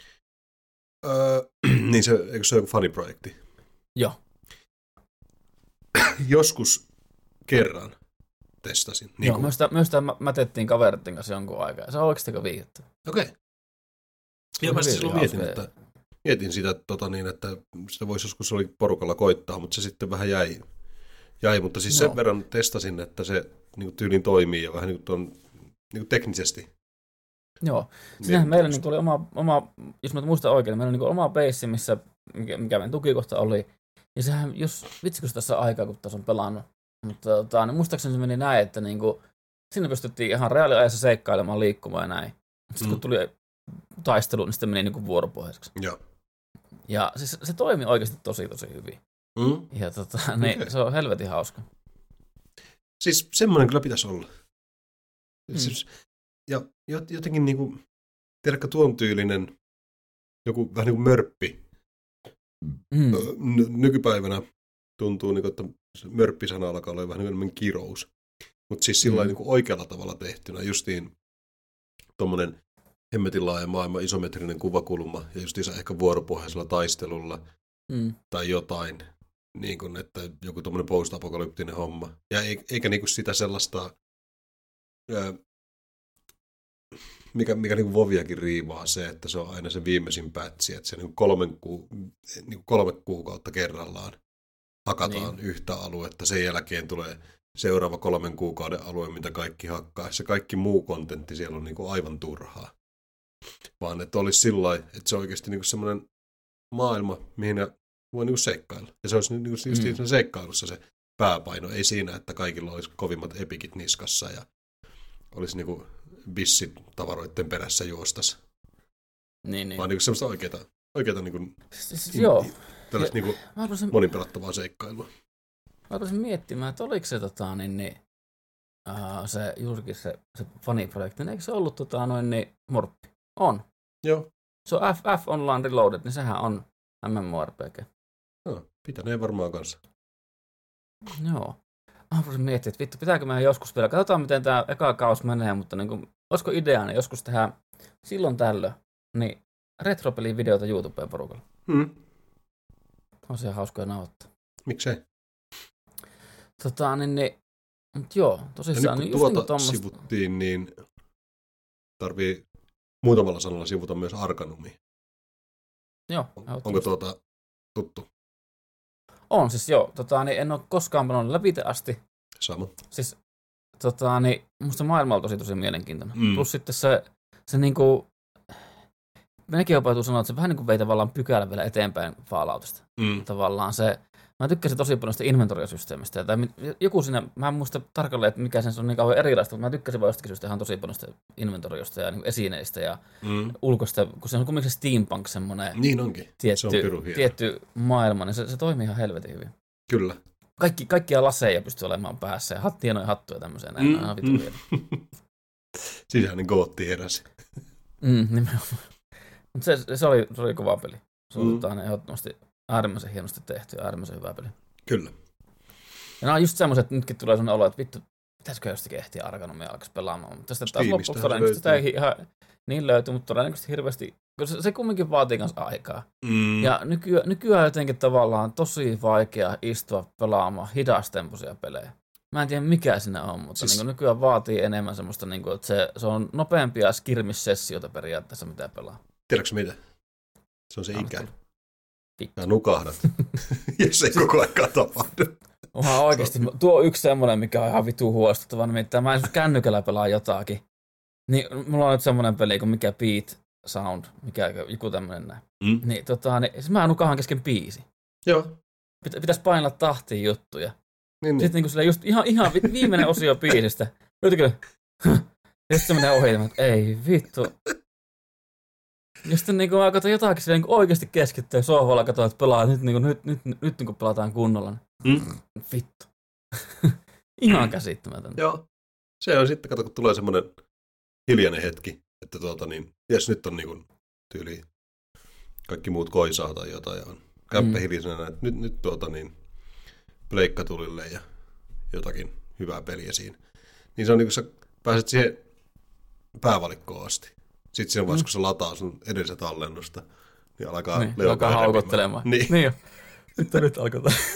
Niin eikö se ole joku faniprojekti? Joo. Joskus kerran testasin. Niin joo, myös sitä mätettiin kaveritten kanssa jonkun aikaa. Se on oikeasti viihdyttävä. Okei. Joo, mä silloin mietin sitä, että sitä voisi joskus oli porukalla koittaa, mutta se sitten vähän jäi. Mutta siis sen verran testasin, että se niin tyylin toimii ja vähän niin kuin niin teknisesti. Joo. Siinähän meillä niin oli oma, jos mä muistan oikein, meillä oli niin oma base, mikä meidän tukikohta oli. Ja sehän, jos vitsikö se tässä aikaa, kun tässä on pelannut. Mutta niin muistaakseni se meni näin, että niinku, siinä pystyttiin ihan reaaliajassa seikkailemaan, liikkumaan ja näin. Sitten kun tuli taistelu, niin sitten meni niinku vuoropohjaiseksi. Joo. Ja siis se toimi oikeasti tosi hyvin. Ja niin, se on helvetin hauska. Siis semmoinen kyllä pitäisi olla. Siis, ja jotenkin niinku, tiedätkö tuon tyylinen, joku vähän niin kuin mörppi. Nykypäivänä tuntuu, että mörppisana alkaa olla vähän enemmän kirous. Mutta siis sillä niin oikealla tavalla tehtynä, justiin tuommoinen hemmetin laaja maailma, isometrinen kuvakulma ja justiinsa ehkä vuoropohjaisella taistelulla tai jotain, niin kuin, että joku tuommoinen post-apokalyptinen homma. Ja eikä niin kuin sitä sellaista, mikä niin kuin Voviakin riivaa se, että se on aina se viimeisin pätsi, että se niin 3 kuukautta kerrallaan hakataan yhtä aluetta. Sen jälkeen tulee seuraava 3 kuukauden alue, mitä kaikki hakkaa. Se kaikki muu kontentti siellä on niin kuin aivan turhaa. Vaan että olisi sillä lailla, että se on oikeasti niin kuin semmoinen maailma, mihin voi niinku seikkailla. Ja se olisi niinku just siinä seikkailussa se pääpaino, ei siinä, että kaikilla olisi kovimmat epikit niskassa ja olisi niinku bissit tavaroiden perässä juostas. Niin. Vaan niinku semmoista oikeata niinku, joo. Tällaista niinku monipelattavaa seikkailua. Mä rupesin miettimään, että oliko se se juurikin se faniprojekti, eikö se ollut Morppi? On. Joo. Se on FF Online Reloaded, niin sehän on MMORPG. No, pitänee varmaan kanssa. Joo. Mä haluaisin miettiä, että vittu, pitääkö meidän joskus vielä. Katsotaan, miten tämä eka kaus menee, mutta niin kuin, olisiko ideana joskus tehdä silloin tällöin, niin retropelin videota YouTubeen porukalla. On se hauskoja nauhoittaa. Miksei? Mutta joo, tosissaan. Ja nyt kun tuota sivuttiin, niin tarvii muutamalla sanalla sivuta myös Arkanumia. Joo. Onko tuttu? On siis joo. En ole koskaan pelannut läpi asti. Sama. Siis musta maailma on tosi mielenkiintoinen. Plus sitten se niinku menekin opettu sanoa, että se vähän niin kuin vei tavallaan pykälä vielä eteenpäin Falloutista. Tavallaan se, mä tykkäsin tosi paljon sitä inventoriosysteemistä. Tai joku siinä, mä en muista tarkalleen, että mikä sen on niin kauhean erilaista, mutta mä tykkäsin vaan jostakin syystä ihan tosi paljon sitä inventoriosta ja niin esineistä ja ulkoista, kun se on kuitenkin se steampunk semmoinen niin onkin. Tietty maailma, niin se toimii ihan helvetin hyvin. Kyllä. Kaikkia laseja pystyy olemaan päässä ja hienoja hattuja tämmöisiä. Siinähän niin gootti heräsi. Nimenomaan. Mutta se oli kova peli. Se on ehdottomasti äärimmäisen hienosti tehty ja äärimmäisen hyvä peli. Kyllä. Ja nämä on just semmoiset, että nytkin tulee sellainen olo, että vittu, pitäisikö jostakin ehtiä Arkanomia alkaisi pelaamaan. Mutta tästä taas loppuksi todennäköisesti sitä ei ihan niin löyty, mutta todennäköisesti hirveästi, koska se kumminkin vaatii kanssa aikaa. Ja nykyään jotenkin tavallaan tosi vaikea istua pelaamaan hidastempoisia pelejä. Mä en tiedä mikä siinä on, mutta siis nykyään vaatii enemmän semmoista, että se on nopeampia skirmissessioita periaatteessa, mitä pelaa. Tiedätkö mitä? Se on se ikä. Sä nukahdat, jos ei koko aikaa tapahdu. Onhan oikeasti. Tuo on yksi semmoinen, mikä on ihan vitun huolestuttava. Nimittäin mä en kännykällä pelaa jotakin. Niin mulla on nyt semmoinen peli kuin mikä Beat Sound, joku tämmöinen näin. Niin mä nukahan kesken biisi. Joo. Pitäis painella tahtiin juttuja. Niin. Sitten niinku sillä just ihan viimeinen osio biisistä. Löytyykö? Ja sitten se menee ohi, että ei vittu. Ja sitten niinku mä katson jotakin sillä niinku oikeasti keskittyy sohvalla, katsoin, että pelaa, nyt niinku pelataan kunnolla. Vittu. Ihan käsittämätöntä. Joo. Se on sitten, kato, kun tulee semmoinen hiljainen hetki, että ties nyt on niinku tyyli kaikki muut koisaa tai jotain ja on kämppä hiljaisenä, että nyt pleikka tulille ja jotakin hyvää peliä siinä. Niin se on niinku, sä pääset siihen päävalikkoon asti. Sitten siinä vaiheessa, kun se lataa sun edellistä tallennusta, niin alkaa haukottelemaan. Niin. Nyt alkaa.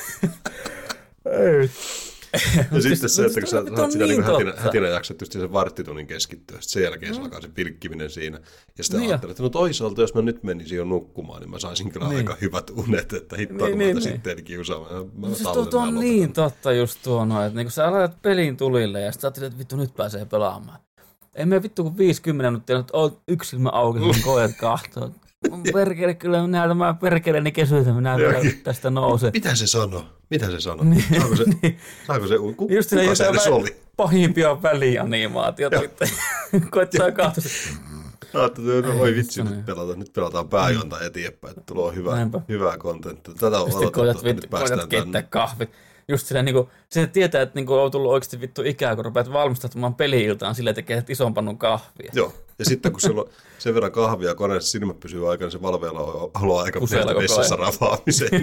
Ei. Ja sitten se, että kun sä oot sitä niin hätinä jaksat just sen varttitunnin keskittyä, sitten sen jälkeen se alkaa se pilkkiminen siinä. Ja sitten ajattelet, että no toisaalta, jos mä nyt menisin jo nukkumaan, niin mä saisin kyllä aika hyvät unet, että hittoa kun mä sitten kiusaamaan. Tuo on niin totta just tuo, että niin kun sä aloitat pelin tulille ja sitten ajattelet, että vittu nyt pääsee pelaamaan. Ei mene vittu kuin 50 minuuttia, että oot yksi silmä auki, kun koet kahtoon. Perkele, kyllä mä perkeleeni kesyitä, minä tästä nousee. Mitä se sanoo? Niin. Saako se just kuka se edes oli? Pahimpia välianimaatioita. Koittaa kahtoa. Oi vitsi, nyt pelataan pääjonta eteenpäin, että tulee hyvää kontenttia. Tätä on odotettu, että nyt päästään tänne. Kahvit. Just silleen, se tietää, että on tullut oikeasti vittu ikää, kun rupeat valmistautumaan peli-iltaan, silleen tekee ison pannun kahvia. Joo, ja sitten kun sulla on sen verran kahvia koneessa, silmät pysyy aikana, se valveilla haluaa aika vessassa ravaamiseen.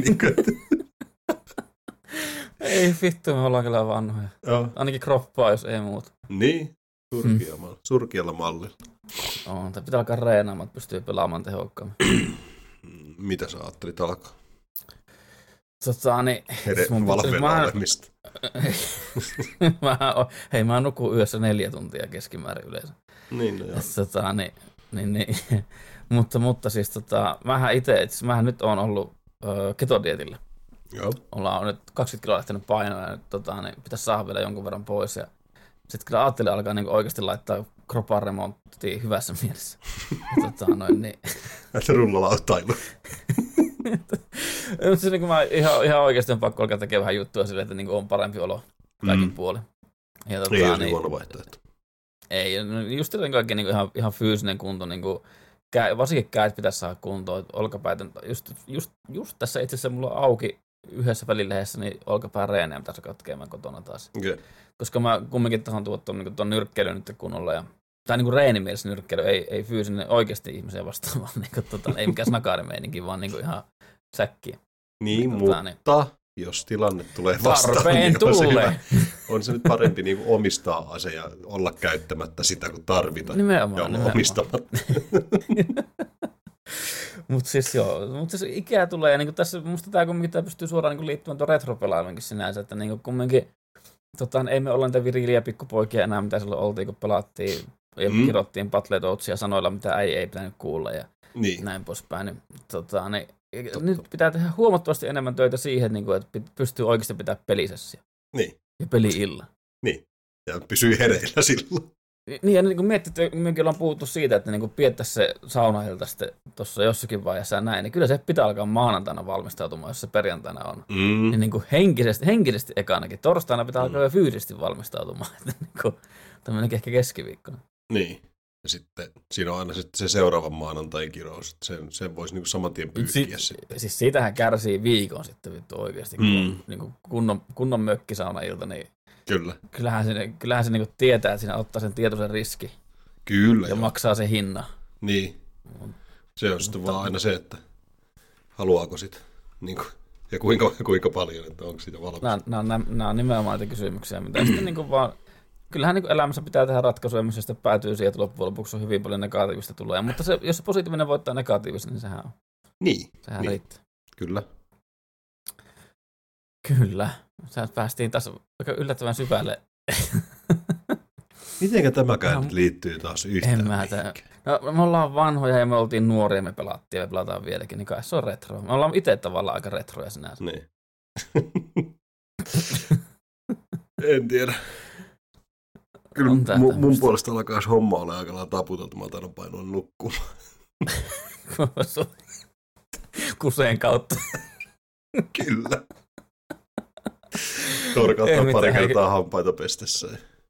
Ei vittu, me ollaan kyllä vanhoja. Joo. Ainakin kroppaa, jos ei muuta. Niin, surkealla mallilla. Tämä pitää alkaa reenaamaan, että pystyy pelaamaan tehokkaammin. Mitä sä ajattelit alkaa? Valveilla olemista. Mä nukun yössä 4 tuntia keskimäärin yleensä. Niin, no joo. Niin. mutta siis mähän nyt oon ollut ketodietillä. Joo. Ollaan nyt 20 kiloa lähtenyt painoa ja nyt pitäisi saada vielä jonkun verran pois. Ja sitten kyllä ajattelin alkaa niinku oikeasti laittaa kropan remonttiin hyvässä mielessä. Niin. Että rullalautailu. Mutta niin mä ihan oikeasti on pakko alkaa tekemään vähän juttua silleen, että niin on parempi olo kaikin puolin. Ja ei ole huono vaihtoehto. Ei, no just kaikki niin ihan fyysinen kunto, niin kuin, varsinkin kädet pitäisi saada kuntoon, olkapäitä, just tässä itse asiassa mulla on auki yhdessä välilehdessä, niin olkapään reenejä pitäisi alkaa tekemään kotona taas. Okay. Koska mä kumminkin tahan tuon niin nyrkkeilyn nyt kunnolla, tai niin kuin reenimielessä nyrkkeily, ei fyysinen oikeasti ihmisiä vastaan, vaan niin ei mikään snakarimeininki, vaan niin ihan säkkiä. Niin, mutta jos tilanne tulee vastaan, niin on se nyt parempi niin kuin omistaa ase ja olla käyttämättä sitä, kun tarvitaan. Nimenomaan. Omistamatta. Mutta siis ikää tulee, ja niin tässä musta tämä kumminkin pystyy suoraan niin liittymään tuon retropelailuunkin sinänsä, että niin kumminkin ei me olla niitä viriliä pikkupoikia enää, mitä silloin oltiin, kun pelattiin ja kirottiin Battletoadsia sanoilla, mitä ei pitänyt kuulla ja näin poispäin. Nyt pitää tehdä huomattavasti enemmän töitä siihen, että pystyy oikeasti pitää pelisessia. Niin. Ja peli-illa. Niin. Ja pysyy hereillä silloin. Niin, ja niin miettii, että mekin ollaan puhuttu siitä, että niin piettäisiin se saunailta sitten tuossa jossakin vaiheessa ja näin, niin kyllä se pitää alkaa maanantaina valmistautumaan, jos se perjantaina on. Niin kuin henkisesti ekanakin. Torstaina pitää alkaa jo fyysisesti valmistautumaan. Niin tämmöinen ehkä keskiviikkona. Niin. Ja sitten siinä on aina sitten se seuraavan maanantain kirous. Sen voisi niin saman tien pyyhkiä sitten. Siis siitähän kärsii viikon sitten vittu oikeasti, kun kunnon mökkisaunailta, niin kyllä. Kyllähän se niin tietää, että siinä ottaa sen tietoisen riski. Kyllä. Ja maksaa se hinnan. Niin. Se on sitten vaan aina se, että haluaako sitä. Niin kuin, ja kuinka paljon, että onko siitä valmis. Nämä on nimenomaan niitä kysymyksiä, mitä sitten niin vaan. Kyllähän niin elämässä pitää tehdä ratkaisuja, missä sitten päätyy siihen, että loppujen lopuksi on hyvin paljon negatiivista tulee. Mutta jos se positiivinen voittaa negatiivista, niin sehän on. Niin. Sehän niin. riittää. Kyllä. Kyllä. Sä päästiin taas aika yllättävän syvälle. Mitenkä tämäkään nyt liittyy taas yhtään mihinkään? No, me ollaan vanhoja ja me oltiin nuoria, me pelattiin ja me pelataan vieläkin, niin kai se on retro. Me ollaan itse tavallaan aika retroja sinänsä. Niin. En tiedä. Kyllä mun puolesta alkaa homma olla aika lailla taputeltu, mä taidan painoa nukkumaan. Kuseen kautta. Kyllä. Torkauttaa pari kertaa hampaita pestessä.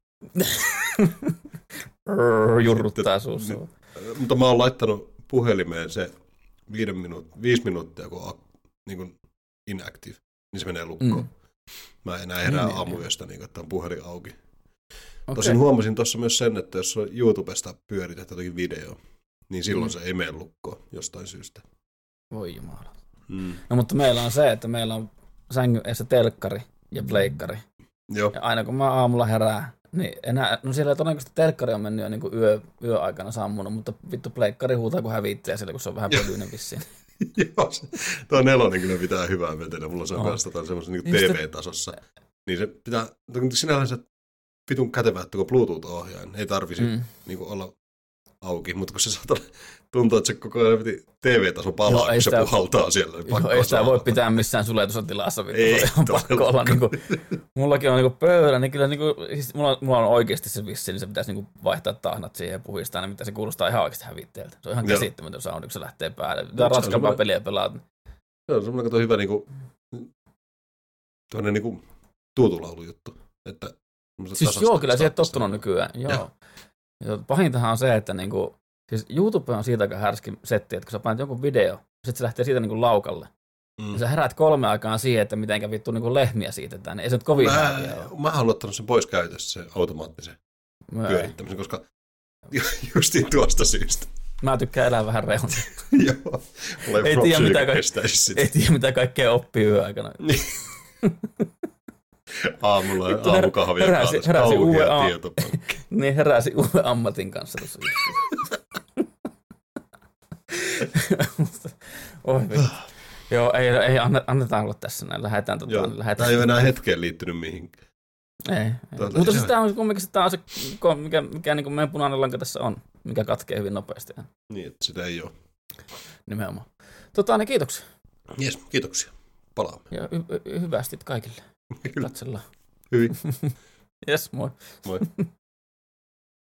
Jurruttaa suussa. Mutta mä oon laittanut puhelimeen se 5 minuuttia, kun on niin inactive, niin se menee lukkoon. Mä enää herää aamuyöstä, niin että on puhelin auki. Okay. Tosin huomasin tuossa myös sen, että jos on YouTubesta pyörität jotakin videoa, niin silloin se ei mene lukkoon jostain syystä. Voi jumala. No mutta meillä on se, että meillä on sängyn edessä telkkari ja pleikkari. Joo. Ja aina kun mä aamulla herään, niin enää, no siellä todennäköisesti telkkari on mennyt jo niin kuin yöaikana sammunut, mutta vittu pleikkari huutaa kuin hävittäjä siellä, kun se on vähän pölyinen vissiin. Joo, tuo 4 kyllä pitää hyvää vetellä. Mulla se on kanssa semmoisen niin TV-tasossa. Niin se pitää, sinällään se vitun kätevä, että kun Bluetooth-ohjaajan ei tarvisi niin olla auki, mutta kun se saattaa tuntua, että se koko ajan TV-taso palaa, kun se puhaltaa siellä. Joo, ei sitä voi pitää missään suljetussa tilassa. Ei, on pakko olla. Niin kuin, mullakin on niin kuin pöydä, niin kyllä niin kuin, siis mulla on oikeasti se vissi, niin se pitäisi niin kuin vaihtaa tahnat siihen ja puhistaa, niin mitä se kuulostaa ihan oikeasti hävitteeltä. Se on ihan käsittämätön soundi, kun se lähtee päälle. Mitä raskaampaa peliä pelaat. Se on semmoinen hyvä niin kuin tuutulaulujuttu. Että siis joo, kyllä siihen tottunut nykyään. Joo. Pahintahan on se, että niinku, siis YouTube on siitä aika härski setti, että kun sä painat jonkun video, sitten se lähtee siitä niinku laukalle. Ja sä heräät 3 aikaan siihen, että mitenkä vittu niinku lehmiä siitetään, niin ei se nyt kovin hääviä ole. Mä oon ottanut sen pois käytössä, se automaattisen pyörittämisen, koska justiin tuosta syystä. Mä tykkään elää vähän reunaa. Joo, mulla ei kestäisi sitä. Ei tiedä, mitä kaikkea oppii yöaikana. Aamulla aamukahvia kaadassa, kauhea tietopankki. Niin heräsi uuden ammatin kanssa tuossa. Joo, ei annetaan olla tässä näin. Lähdetään. Tämä ei ole enää hetkeen liittynyt mihinkään. Ei. Mutta siis tämä on kumminkin tämä on se, mikä niin kuin meidän punainen lanka tässä on, mikä katkee hyvin nopeasti. Niin, että sitä ei ole. Nimenomaan. Niin kiitoksia. Jes, kiitoksia. Palaamme. Ja hyvästit kaikille. Katsellaan. Hyvin. Jes, moi. Moi.